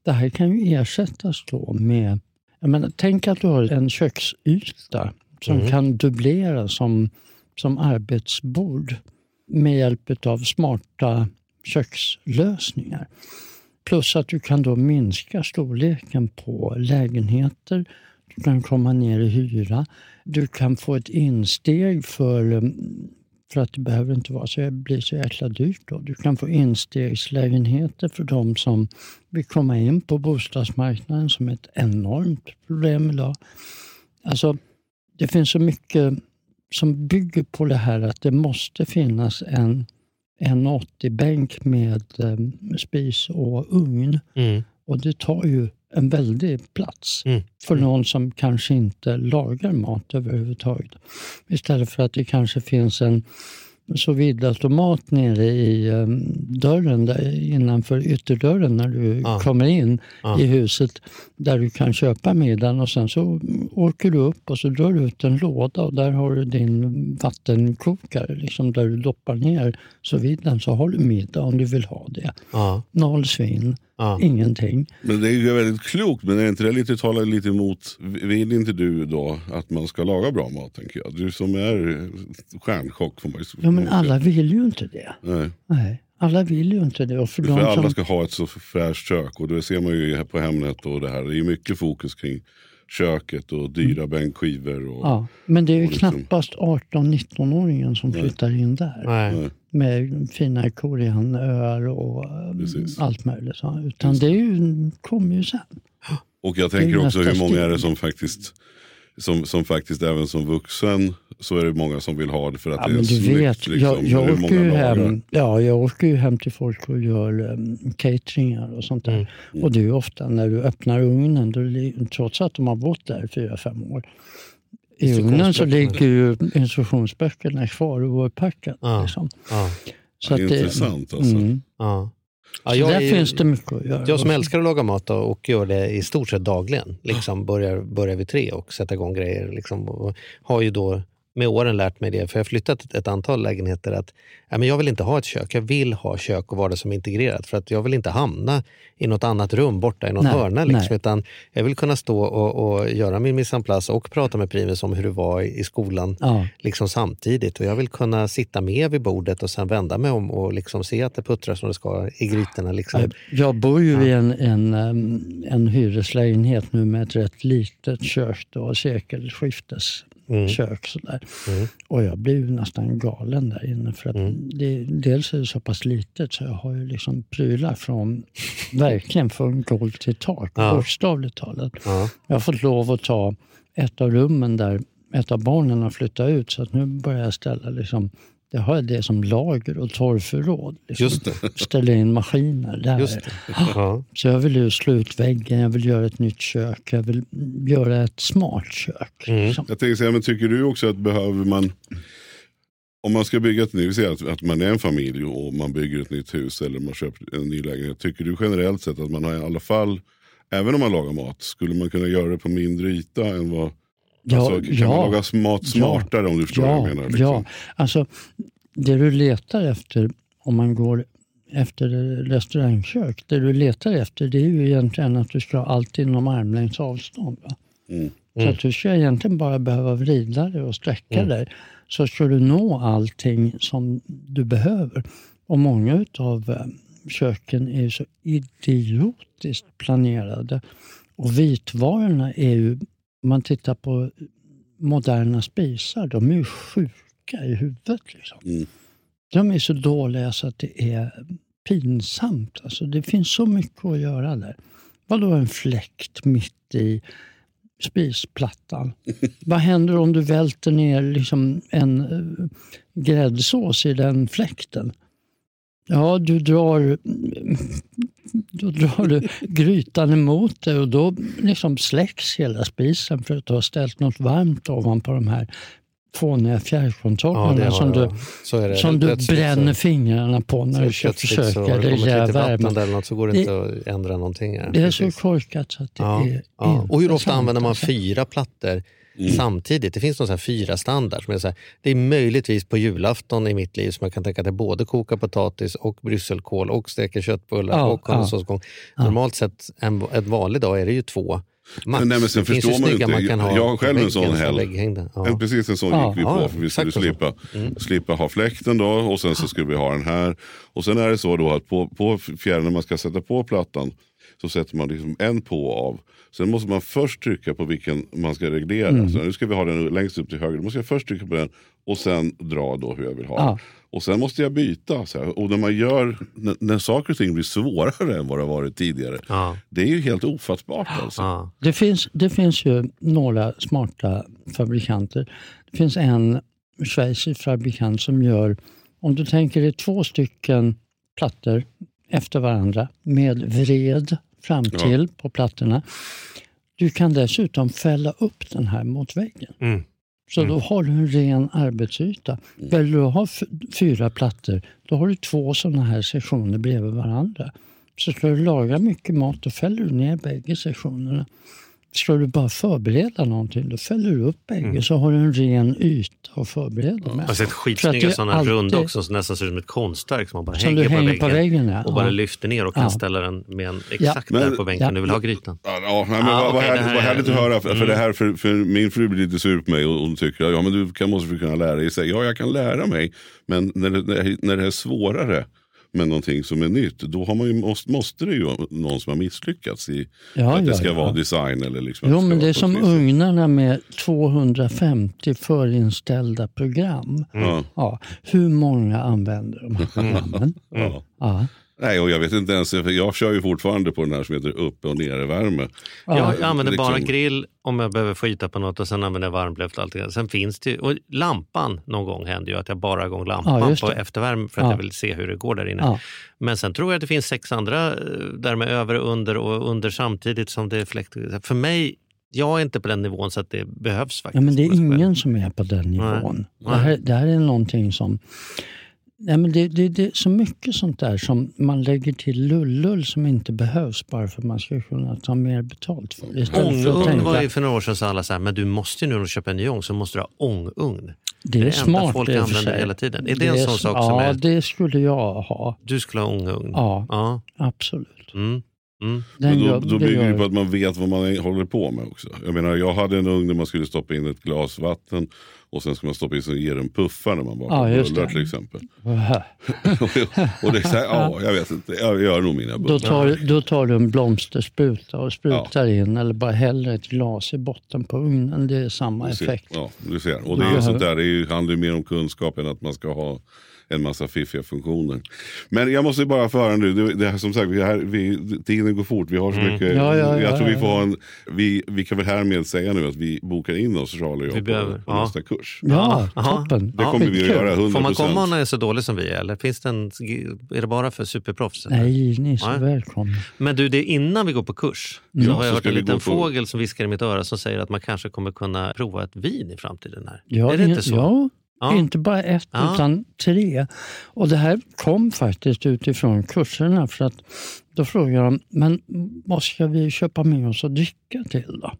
Speaker 5: det här kan ju ersättas då med, jag menar, tänk att du har en köksyta som mm. kan dubblera som, som arbetsbord med hjälp av smarta kökslösningar. Plus att du kan då minska storleken på lägenheter, du kan komma ner i hyra, du kan få ett insteg för, för att det behöver inte vara så, bli så jäkla dyrt då. Du kan få instegslägenheter för de som vill komma in på bostadsmarknaden som är ett enormt problem idag. Alltså, det finns så mycket som bygger på det här att det måste finnas en en åttio-bänk med eh, spis och ugn. Mm. Och det tar ju en väldig plats mm. för någon som kanske inte lagar mat överhuvudtaget. Istället för att det kanske finns en sous vide-automat nere i um, dörren, där, innanför ytterdörren när du ah. kommer in ah. i huset, där du kan köpa middagen och sen så åker du upp och så drar du ut en låda och där har du din vattenkokare liksom, där du doppar ner sous viden, så har du middag om du vill ha det. Ah. Noll svinn. Ah. Ingenting.
Speaker 6: Men det är ju väldigt klokt, men är inte det lite talar lite emot, vill inte du då att man ska laga bra mat, tänker jag? Du som är stjärnchock får man ju...
Speaker 5: Ja, men alla vill ju inte det.
Speaker 6: Nej.
Speaker 5: Nej. Alla vill ju inte det. Och för,
Speaker 6: för
Speaker 5: de
Speaker 6: alla
Speaker 5: som...
Speaker 6: ska ha ett så fräscht kök, och det ser man ju här på Hemnet och det här. Det är ju mycket fokus kring köket och dyra mm. bänkskivor. Och,
Speaker 5: ja, men det är ju
Speaker 6: liksom...
Speaker 5: knappast arton-nitton-åringen som
Speaker 6: Nej.
Speaker 5: flyttar in där.
Speaker 6: Nej.
Speaker 5: Med fina koreanöar och Precis. allt möjligt. Utan Just. det är ju, kommer ju sen.
Speaker 6: Och jag tänker också hur många är det som faktiskt... Som, som faktiskt även som vuxen så är det många som vill ha det för att
Speaker 5: ja,
Speaker 6: det är
Speaker 5: men du
Speaker 6: snyggt.
Speaker 5: Vet,
Speaker 6: liksom,
Speaker 5: jag, jag, åker ju hem, ja, jag åker ju hem till folk och gör um, cateringar och sånt där. Mm. Mm. Och det är ju ofta när du öppnar ugnen, då, trots att de har bott där i fyra, fem år. I ugnen så ligger ju instruktionsböckerna kvar och oupackat.
Speaker 6: Ah.
Speaker 5: Liksom.
Speaker 6: Ah. Så ja, att intressant det, alltså. Mm.
Speaker 4: Ah. Ja,
Speaker 5: så där är, finns det mycket att göra.
Speaker 4: Jag som älskar att laga mat och gör det i stort sett dagligen. Liksom börjar, börjar vid tre och sätta igång grejer. Liksom, och har ju då med åren lärt mig det. För jag har flyttat ett, ett antal lägenheter att ja, men jag vill inte ha ett kök. Jag vill ha kök och vardag som är integrerat. För att jag vill inte hamna i något annat rum borta i någon nej, hörna. Liksom, utan jag vill kunna stå och, och göra min mise en place och prata med Primus om hur det var i, i skolan ja. liksom samtidigt. Och jag vill kunna sitta med vid bordet och sen vända mig om och liksom se att det puttrar som det ska i grytorna. Liksom.
Speaker 5: Jag bor ju ja. i en, en, en hyreslägenhet nu med ett rätt litet kök då, sekelskiftes. Mm. kök sådär. Mm. Och jag blir ju nästan galen där inne för att mm. det, dels är det så pass litet så jag har ju liksom prylar från verkligen från golv till tak, ja. bokstavligt talat. Ja. Jag har fått lov att ta ett av rummen där ett av barnen har flyttat ut, så att nu börjar jag ställa liksom, jag har det som lager och torrförråd. Liksom.
Speaker 4: Just det.
Speaker 5: Ställa in maskiner där.
Speaker 4: Just det. Ja.
Speaker 5: Så jag vill ju slå ut väggen, jag vill göra ett nytt kök, jag vill göra ett smart kök.
Speaker 6: Mm.
Speaker 5: Liksom.
Speaker 6: Jag tänker säga, men tycker du också att behöver man, om man ska bygga ett nytt, att, att man är en familj och man bygger ett nytt hus eller man köper en ny lägenhet, tycker du generellt sett att man har i alla fall, även om man lagar mat, skulle man kunna göra det på mindre yta än vad...
Speaker 5: Ja,
Speaker 6: alltså, kan
Speaker 5: ja,
Speaker 6: man laga mat smartare ja, om du förstår
Speaker 5: ja,
Speaker 6: vad jag menar? Liksom?
Speaker 5: Ja, alltså det du letar efter om man går efter restaurangkök, det du letar efter det är ju egentligen att du ska ha allt inom armlängds avstånd. Va? Mm. Så mm. att du ska egentligen bara behöva vrida dig och sträcka mm. dig, så ska du nå allting som du behöver. Och många av köken är ju så idiotiskt planerade. Och vitvarorna är ju, om man tittar på moderna spisar, de är ju sjuka i huvudet. Liksom. Mm. De är så dåliga så att det är pinsamt. Alltså, det finns så mycket att göra där. Vadå en fläkt mitt i spisplattan? Vad händer om du välter ner liksom en uh, gräddsås i den fläkten? Ja, du drar, då drar du grytan emot dig och då liksom släcks hela spisen för att du har ställt något varmt ovanpå de här fåniga fjärrkontrollerna ja, som du, det. som du bränner så, fingrarna på när du ska försöka regla värmen.
Speaker 4: Eller något, så går det, det inte att ändra någonting. Här.
Speaker 5: Det är så korkat så att det
Speaker 4: ja,
Speaker 5: är...
Speaker 4: Ja. Och hur ofta använder man fyra plattor mm. samtidigt. Det finns någon så här fyra standard som är så här, det är möjligtvis på julafton i mitt liv som jag kan tänka att det både kokar potatis och brysselkål och steker köttbullar ja, och konsåsgång. Ja. Normalt sett en, en vanlig dag är det ju två. Max.
Speaker 6: Nej, men sen
Speaker 4: det
Speaker 6: förstår man inte.
Speaker 4: Man kan ha
Speaker 6: jag har själv en sån helg.
Speaker 4: Ja.
Speaker 6: Precis en sån ja. gick vi på ja, för vi skulle slippa, mm. slippa ha fläkten då och sen så skulle vi ha den här. Och sen är det så då att på, på fjärren när man ska sätta på plattan så sätter man liksom en på av. Sen måste man först trycka på vilken man ska reglera. Mm. Så nu ska vi ha den längst upp till höger. Då måste jag först trycka på den och sen dra då hur jag vill ha ja. den. Och sen måste jag byta. Så här. Och när man gör, när, när saker och ting blir svårare än vad det har varit tidigare. Ja. Det är ju helt ofattbart alltså. Ja.
Speaker 5: Det finns, det finns ju några smarta fabrikanter. Det finns en schweizisk fabrikant som gör, om du tänker dig två stycken plattor efter varandra med vred fram till ja. på plattorna. Du kan dessutom fälla upp den här mot väggen. Mm. Så mm. då har du en ren arbetsyta. Mm. Vill du ha f- fyra plattor, då har du två sådana här sektioner bredvid varandra. Så ska du laga mycket mat, då fäller du ner bägge sektionerna. Ska du bara förbereda någonting, då fäller du upp bägge mm. så har du en ren yta att förbereda med.
Speaker 4: Jag har sett skitsnygga sådana alltid... runda också som nästan ser ut som ett konstverk som man bara
Speaker 5: som
Speaker 4: hänger,
Speaker 5: hänger
Speaker 4: på väggen,
Speaker 5: på väggen ja.
Speaker 4: och bara lyfter ner och kan ja. ställa den med en exakt ja. där på bänken. Ja. Du vill ha grytan.
Speaker 6: Ja, ja men ah, vad, okay, härligt, vad härligt att höra. För, mm. för, det här, för, för min fru blir lite sur på mig och hon tycker ja, men du kan, måste kunna lära dig. Ja, jag kan lära mig. Men när det, när det är svårare med någonting som är nytt, då har man ju, måste, måste det ju någon som har misslyckats i ja, att det ska ja, ja. vara design eller liksom.
Speaker 5: Jo, men det är som ugnarna med tvåhundrafemtio förinställda program. Mm. Ja, hur många använder de här programmen?
Speaker 6: ja.
Speaker 5: ja.
Speaker 6: Nej, och jag vet inte ens, för jag kör ju fortfarande på den här som heter upp- och nervärme.
Speaker 4: Ja, jag använder liksom bara grill om jag behöver få yta på något och sen använder jag varmluft och allt. Sen finns det ju, och lampan någon gång händer ju att jag bara har igång lampan ja, på eftervärme för att ja. jag vill se hur det går där inne. Ja. Men sen tror jag att det finns sex andra där med över och under och under samtidigt som det är fläkt. För mig, jag är inte på den nivån så att det behövs faktiskt.
Speaker 5: Ja, men det är ingen som är på den nivån. Nej. Det, här, det här är någonting som... Nej, men det, det, det är så mycket sånt där som man lägger till lullull som inte behövs bara för att man ska kunna ta mer betalt för det.
Speaker 4: Ångugn tänka... var ju för några år sedan så alla så här, men du måste ju nu köpa en ny ång så måste du ha ångugn.
Speaker 5: Det är, det är smart
Speaker 4: folk använder hela tiden. Är det, det en sån sak
Speaker 5: ja,
Speaker 4: som är...
Speaker 5: Ja, det skulle jag ha.
Speaker 4: Du skulle ha ångugn?
Speaker 5: Ja, ja. absolut.
Speaker 4: Mm. Mm.
Speaker 6: Men då, då bygger det på att man vet vad man håller på med också. Jag menar, jag hade en ugn där man skulle stoppa in ett glas vatten och sen ska man stoppa in och ge en puffar när man bara
Speaker 5: ja,
Speaker 6: bullar till exempel. och det är så här, ja, jag vet inte. Jag gör nog mina bullar.
Speaker 5: Då tar, då tar du en blomsterspruta och sprutar ja. in eller bara häller ett glas i botten på ugnen. Det är samma
Speaker 6: du ser,
Speaker 5: effekt.
Speaker 6: Ja, du ser. Och det är ju sånt där, det är ju, handlar ju mer om kunskap än att man ska ha en massa fiffiga funktioner. Men jag måste bara föra nu, det, det här, som sagt, vi, här, vi, tiden går fort, vi har så mm. mycket,
Speaker 5: ja, ja,
Speaker 6: jag
Speaker 5: ja,
Speaker 6: tror
Speaker 5: ja,
Speaker 6: vi får en, vi, vi kan väl härmed säga nu att vi bokar in oss, Charlie och jag, på, på ja. nästa kurs.
Speaker 5: Ja, toppen.
Speaker 6: Det kommer ja, vi att göra hundra procent.
Speaker 4: Får man komma när det är så dålig som vi är, eller finns det en, är det bara för superproffs? Eller?
Speaker 5: Nej, ni är så Nej. välkomna.
Speaker 4: Men du, det är innan vi går på kurs, mm. så har jag så hört en liten fågel som viskar i mitt öra som säger att man kanske kommer kunna prova ett vin i framtiden här.
Speaker 5: Ja,
Speaker 4: är det inte så?
Speaker 5: Ja. Ja. Inte bara ett ja. utan tre. Och det här kom faktiskt utifrån kurserna för att då frågade de, men vad ska vi köpa med oss att dricka till då?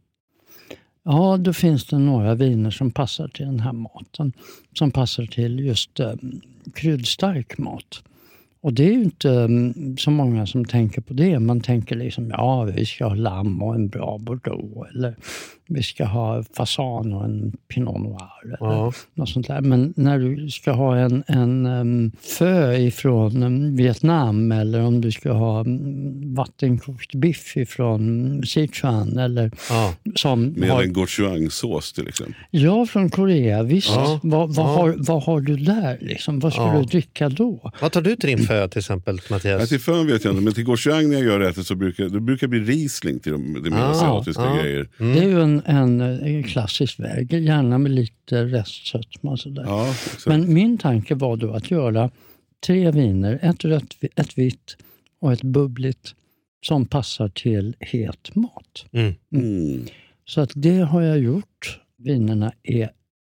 Speaker 5: Ja, då finns det några viner som passar till den här maten. Som passar till just eh, kryddstark mat. Och det är ju inte um, så många som tänker på det. Man tänker liksom, ja vi ska ha lamm och en bra bordeaux. Eller vi ska ha fasan och en pinot noir. Eller ja. något sånt där. Men när du ska ha en, en um, fö ifrån um, Vietnam. Eller om du ska ha um, vattenkokt biff ifrån Sichuan. Eller
Speaker 6: ja.
Speaker 5: som
Speaker 6: med
Speaker 5: har...
Speaker 6: en gochujang-sås till exempel.
Speaker 5: Ja, från Korea. Visst. Ja. Vad, vad, ja. har, vad har du där? Liksom? Vad ska ja. du dricka då?
Speaker 4: Vad tar du till din fö till exempel, Mattias?
Speaker 6: Ja, till fön vet jag inte, men till gochujang när jag gör rätt så brukar det brukar bli Riesling till de, de mer ah, asiatiska ah. grejer.
Speaker 5: Mm. Det är ju en, en, en klassisk väg, gärna med lite restsötma och sådär.
Speaker 6: Ja,
Speaker 5: men min tanke var då att göra tre viner, ett rött, ett vitt och ett bubbligt som passar till het mat.
Speaker 4: Mm.
Speaker 5: Mm. Så att det har jag gjort. Vinerna är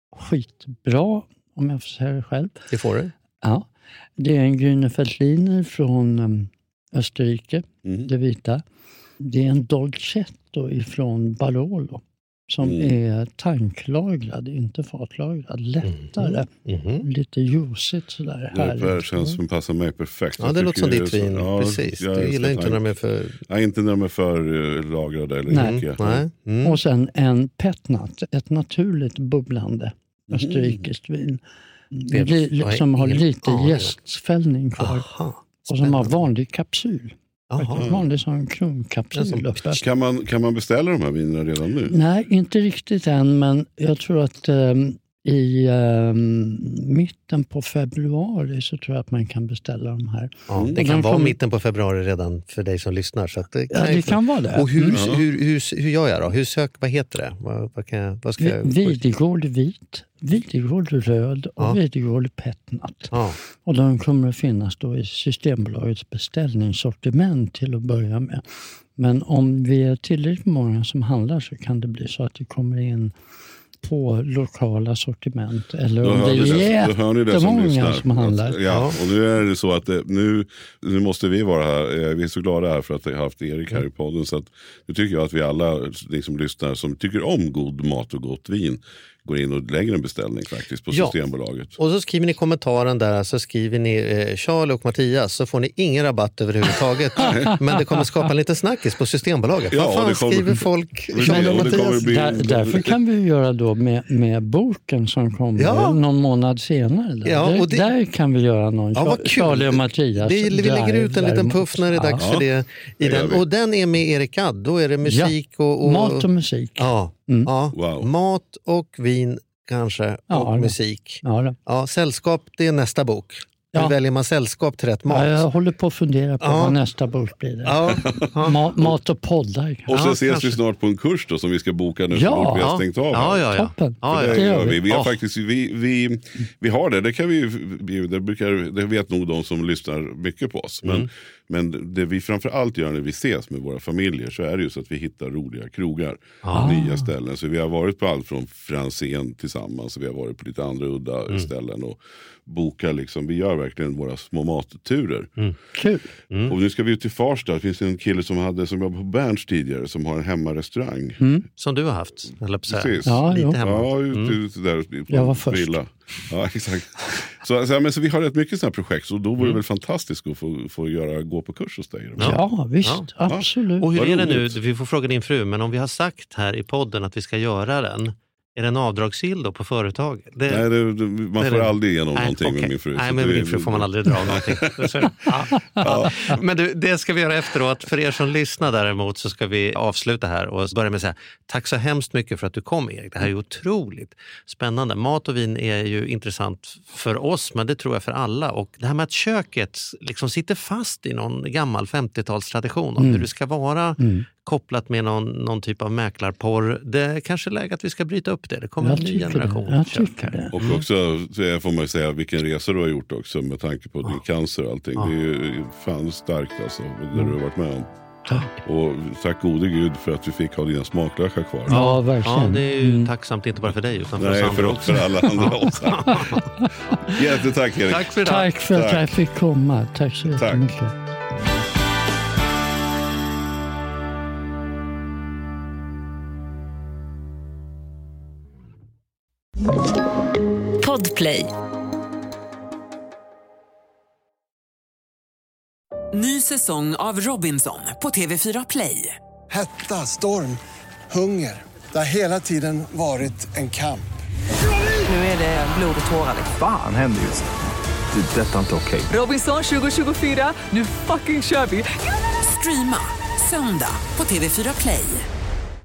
Speaker 5: skitbra, om jag får säga det själv.
Speaker 4: Det får du.
Speaker 5: Ja. Det är en Grüne från um, Österrike, mm. det vita. Det är en Dolcetto ifrån Barolo. som
Speaker 6: Mm.
Speaker 5: är tanklagrad, inte fatlagrad. Lättare,
Speaker 4: Mm. Mm.
Speaker 5: lite juicigt sådär.
Speaker 6: Det här känns som passar mig perfekt.
Speaker 4: Ja,
Speaker 6: Jag
Speaker 4: det låter som
Speaker 6: tycker
Speaker 4: ditt
Speaker 6: det är
Speaker 4: vin.
Speaker 6: så- ja,
Speaker 4: Precis.
Speaker 6: jag
Speaker 4: Du
Speaker 6: älskar
Speaker 4: gillar inte
Speaker 6: tank.
Speaker 4: när de är för...
Speaker 6: Nej, inte när de är för uh, lagrade eller
Speaker 5: Nej.
Speaker 6: mycket.
Speaker 4: Nej. Mm.
Speaker 5: Och sen en petnat, ett naturligt bubblande österrikiskt vin. Det blir,
Speaker 4: har jag
Speaker 5: som har
Speaker 4: ingen
Speaker 5: lite
Speaker 4: aning om.
Speaker 5: jästfällning kvar.
Speaker 4: Aha.
Speaker 5: Och som har vanlig kapsyl.
Speaker 4: Jaha.
Speaker 5: Faktiskt vanlig som kronkapsyl uppe.
Speaker 6: Kan man, kan man beställa de här vinerna redan nu?
Speaker 5: Nej, inte riktigt än, men jag tror att um, i um, mitten på februari så tror jag att man kan beställa de här.
Speaker 4: Ja, det
Speaker 5: Och
Speaker 4: kan
Speaker 5: de
Speaker 4: vara
Speaker 5: kommer-
Speaker 4: mitten på februari redan för dig som lyssnar. Så att det kan
Speaker 5: Ja,
Speaker 4: jag
Speaker 5: det
Speaker 4: få-
Speaker 5: kan vara det.
Speaker 4: Och hur,
Speaker 5: Mm.
Speaker 4: hur, hur, hur gör jag då? Hur sök, vad heter det? Vad, vad, kan jag, vad ska jag...
Speaker 5: Videgård vit, Videgård röd och
Speaker 4: Ja.
Speaker 5: Videgård petnat.
Speaker 4: Ja.
Speaker 5: Och de kommer att finnas då i Systembolagets beställningssortiment till att börja med. Men om vi är tillräckligt många som handlar så kan det bli så att det kommer in på lokala sortiment. Eller
Speaker 6: Då
Speaker 5: om
Speaker 6: hör
Speaker 5: det
Speaker 6: ni det- då hör ni
Speaker 5: är
Speaker 6: det som
Speaker 5: jättemånga
Speaker 6: lyssnar.
Speaker 5: som handlar.
Speaker 6: Att- Ja, och nu är det så att det, nu, nu måste vi vara här. Eh, Vi är så glada här för att vi har haft Erik här i podden. Så att, nu tycker jag att vi alla liksom lyssnar som tycker om god mat och gott vin går in och lägger en beställning faktiskt på
Speaker 4: Ja.
Speaker 6: Systembolaget.
Speaker 4: Och så skriver ni i kommentaren där, så skriver ni eh, Charlie och Mattias, så får ni ingen rabatt överhuvudtaget. Men det kommer skapa en liten snackis på Systembolaget.
Speaker 6: Ja,
Speaker 4: Vad fan
Speaker 6: det kommer-
Speaker 4: skriver folk
Speaker 6: det
Speaker 4: Charlie och
Speaker 6: kommer- det kommer
Speaker 4: Mattias?
Speaker 6: bli-
Speaker 5: Där, därför kan vi göra då med, med boken som kommer
Speaker 4: Ja.
Speaker 5: någon månad senare. Där.
Speaker 4: Ja, och det-
Speaker 5: där, där kan vi göra någon.
Speaker 4: Ja, vad
Speaker 5: Char-
Speaker 4: kul.
Speaker 5: Charlie och Mattias.
Speaker 4: Det, vi lägger
Speaker 5: drive
Speaker 4: ut en liten
Speaker 5: däremot.
Speaker 4: puff när det är dags
Speaker 5: Ja.
Speaker 4: för det. I
Speaker 6: Det gör
Speaker 4: den.
Speaker 6: vi.
Speaker 4: Och den är med Erik Gadd. Då är det musik och, och...
Speaker 5: Mat och musik.
Speaker 4: Ja,
Speaker 5: Mm.
Speaker 4: ja.
Speaker 6: Wow.
Speaker 4: Mat och vin kanske,
Speaker 5: Ja,
Speaker 4: och
Speaker 5: det.
Speaker 4: musik.
Speaker 5: Ja, då.
Speaker 4: Ja, sällskap, det är nästa bok.
Speaker 5: Ja.
Speaker 4: Hur väljer man sällskap till rätt mat?
Speaker 5: Ja, jag håller på att fundera på
Speaker 4: Ja.
Speaker 5: vad nästa bok blir. Det.
Speaker 4: Ja, ja.
Speaker 5: Ma- mat och poddar.
Speaker 6: Och
Speaker 5: kanske.
Speaker 6: så
Speaker 4: Ja,
Speaker 6: ses
Speaker 4: kanske.
Speaker 6: vi snart på en kurs då som vi ska boka nu
Speaker 5: Ja.
Speaker 6: så fort vi har stängt av.
Speaker 4: Ja,
Speaker 6: här.
Speaker 4: ja, ja.
Speaker 5: Toppen.
Speaker 4: Ja,
Speaker 6: För
Speaker 4: ja.
Speaker 6: det
Speaker 5: det gör
Speaker 6: gör vi. Vi, har
Speaker 4: Ja.
Speaker 6: faktiskt, vi, vi, vi har det, det kan vi ju bjuda. Det, brukar, det vet nog de som lyssnar mycket på oss. Men,
Speaker 4: Mm.
Speaker 6: men det vi framförallt gör när vi ses med våra familjer så är det ju så att vi hittar roliga krogar.
Speaker 4: Ah.
Speaker 6: Nya ställen. Så vi har varit på allt från Franzén tillsammans. Och vi har varit på lite andra udda
Speaker 4: Mm.
Speaker 6: ställen. Och bokar liksom, vi gör verkligen våra små matturer.
Speaker 5: Kul.
Speaker 6: Och nu ska vi ut till Farsta. Det finns en kille som hade som jobbade på Berns tidigare som har en hemmarestaurang.
Speaker 4: Som du har haft, eller på så här.
Speaker 6: Precis.
Speaker 5: Ja,
Speaker 4: Lite
Speaker 5: jo.
Speaker 4: hemma.
Speaker 6: Ja, ute, ute där på
Speaker 5: Jag var först.
Speaker 6: Villa. Ja, exakt. Så, så, men, så vi har rätt mycket sådana här projekt. Så då vore
Speaker 4: Mm.
Speaker 6: det väl fantastiskt att få, få göra, gå på kurs hos dig. Då.
Speaker 5: Ja, visst.
Speaker 4: Ja.
Speaker 5: Absolut.
Speaker 4: Och hur
Speaker 6: Vad
Speaker 4: är det nu,
Speaker 6: roligt.
Speaker 4: vi får fråga din fru, men om vi har sagt här i podden att vi ska göra den, är den avdragsgill då på företaget? Det,
Speaker 6: Nej, det, det, man
Speaker 4: det är
Speaker 6: får
Speaker 4: det.
Speaker 6: aldrig igenom
Speaker 4: Nej,
Speaker 6: någonting
Speaker 4: okej.
Speaker 6: med min fru.
Speaker 4: Nej,
Speaker 6: så
Speaker 4: men
Speaker 6: det-
Speaker 4: med din fru får man aldrig dra någonting. Så- ja, ja. Men du, det ska vi göra efteråt. För er som lyssnar däremot så ska vi avsluta här och börja med att säga tack så hemskt mycket för att du kom, Erik. Det här är otroligt spännande. Mat och vin är ju intressant för oss, men det tror jag för alla. Och det här med att köket liksom sitter fast i någon gammal femtiotalstradition om hur det ska vara kopplat med någon, någon typ av mäklarporr. Det är kanske läge att vi ska bryta upp det. Det kommer
Speaker 5: Jag
Speaker 4: en ny
Speaker 5: tycker
Speaker 4: generation.
Speaker 5: det. Jag
Speaker 4: kök.
Speaker 5: tycker det.
Speaker 6: Och också så får man ju säga vilken resa du har gjort också med tanke på din cancer och allting. Det är ju fan starkt alltså, det du har varit med om.
Speaker 5: Tack.
Speaker 6: Och tack gode gud för att du fick ha dina smaklökar kvar.
Speaker 5: Ja,
Speaker 4: Ja,
Speaker 5: verkligen.
Speaker 4: det är ju
Speaker 5: Mm.
Speaker 4: tacksamt inte bara för dig utan för
Speaker 6: Nej,
Speaker 4: oss andra
Speaker 6: för,
Speaker 4: också.
Speaker 6: för alla andra också. Jättetack Erik.
Speaker 4: Tack för idag.
Speaker 5: Tack för att
Speaker 6: Tack.
Speaker 5: jag fick komma. Tack så
Speaker 6: Tack.
Speaker 5: jättemycket.
Speaker 7: Podplay.
Speaker 1: Ny säsong av Robinson på T V fyra Play.
Speaker 2: Hetta, storm, hunger. Det har hela tiden varit en kamp.
Speaker 1: Nu är det blod och tårar.
Speaker 3: Fan händer just det. Det är detta inte okej.
Speaker 1: Robinson tjugo tjugofyra, nu fucking kör vi! Streama söndag på T V fyra Play.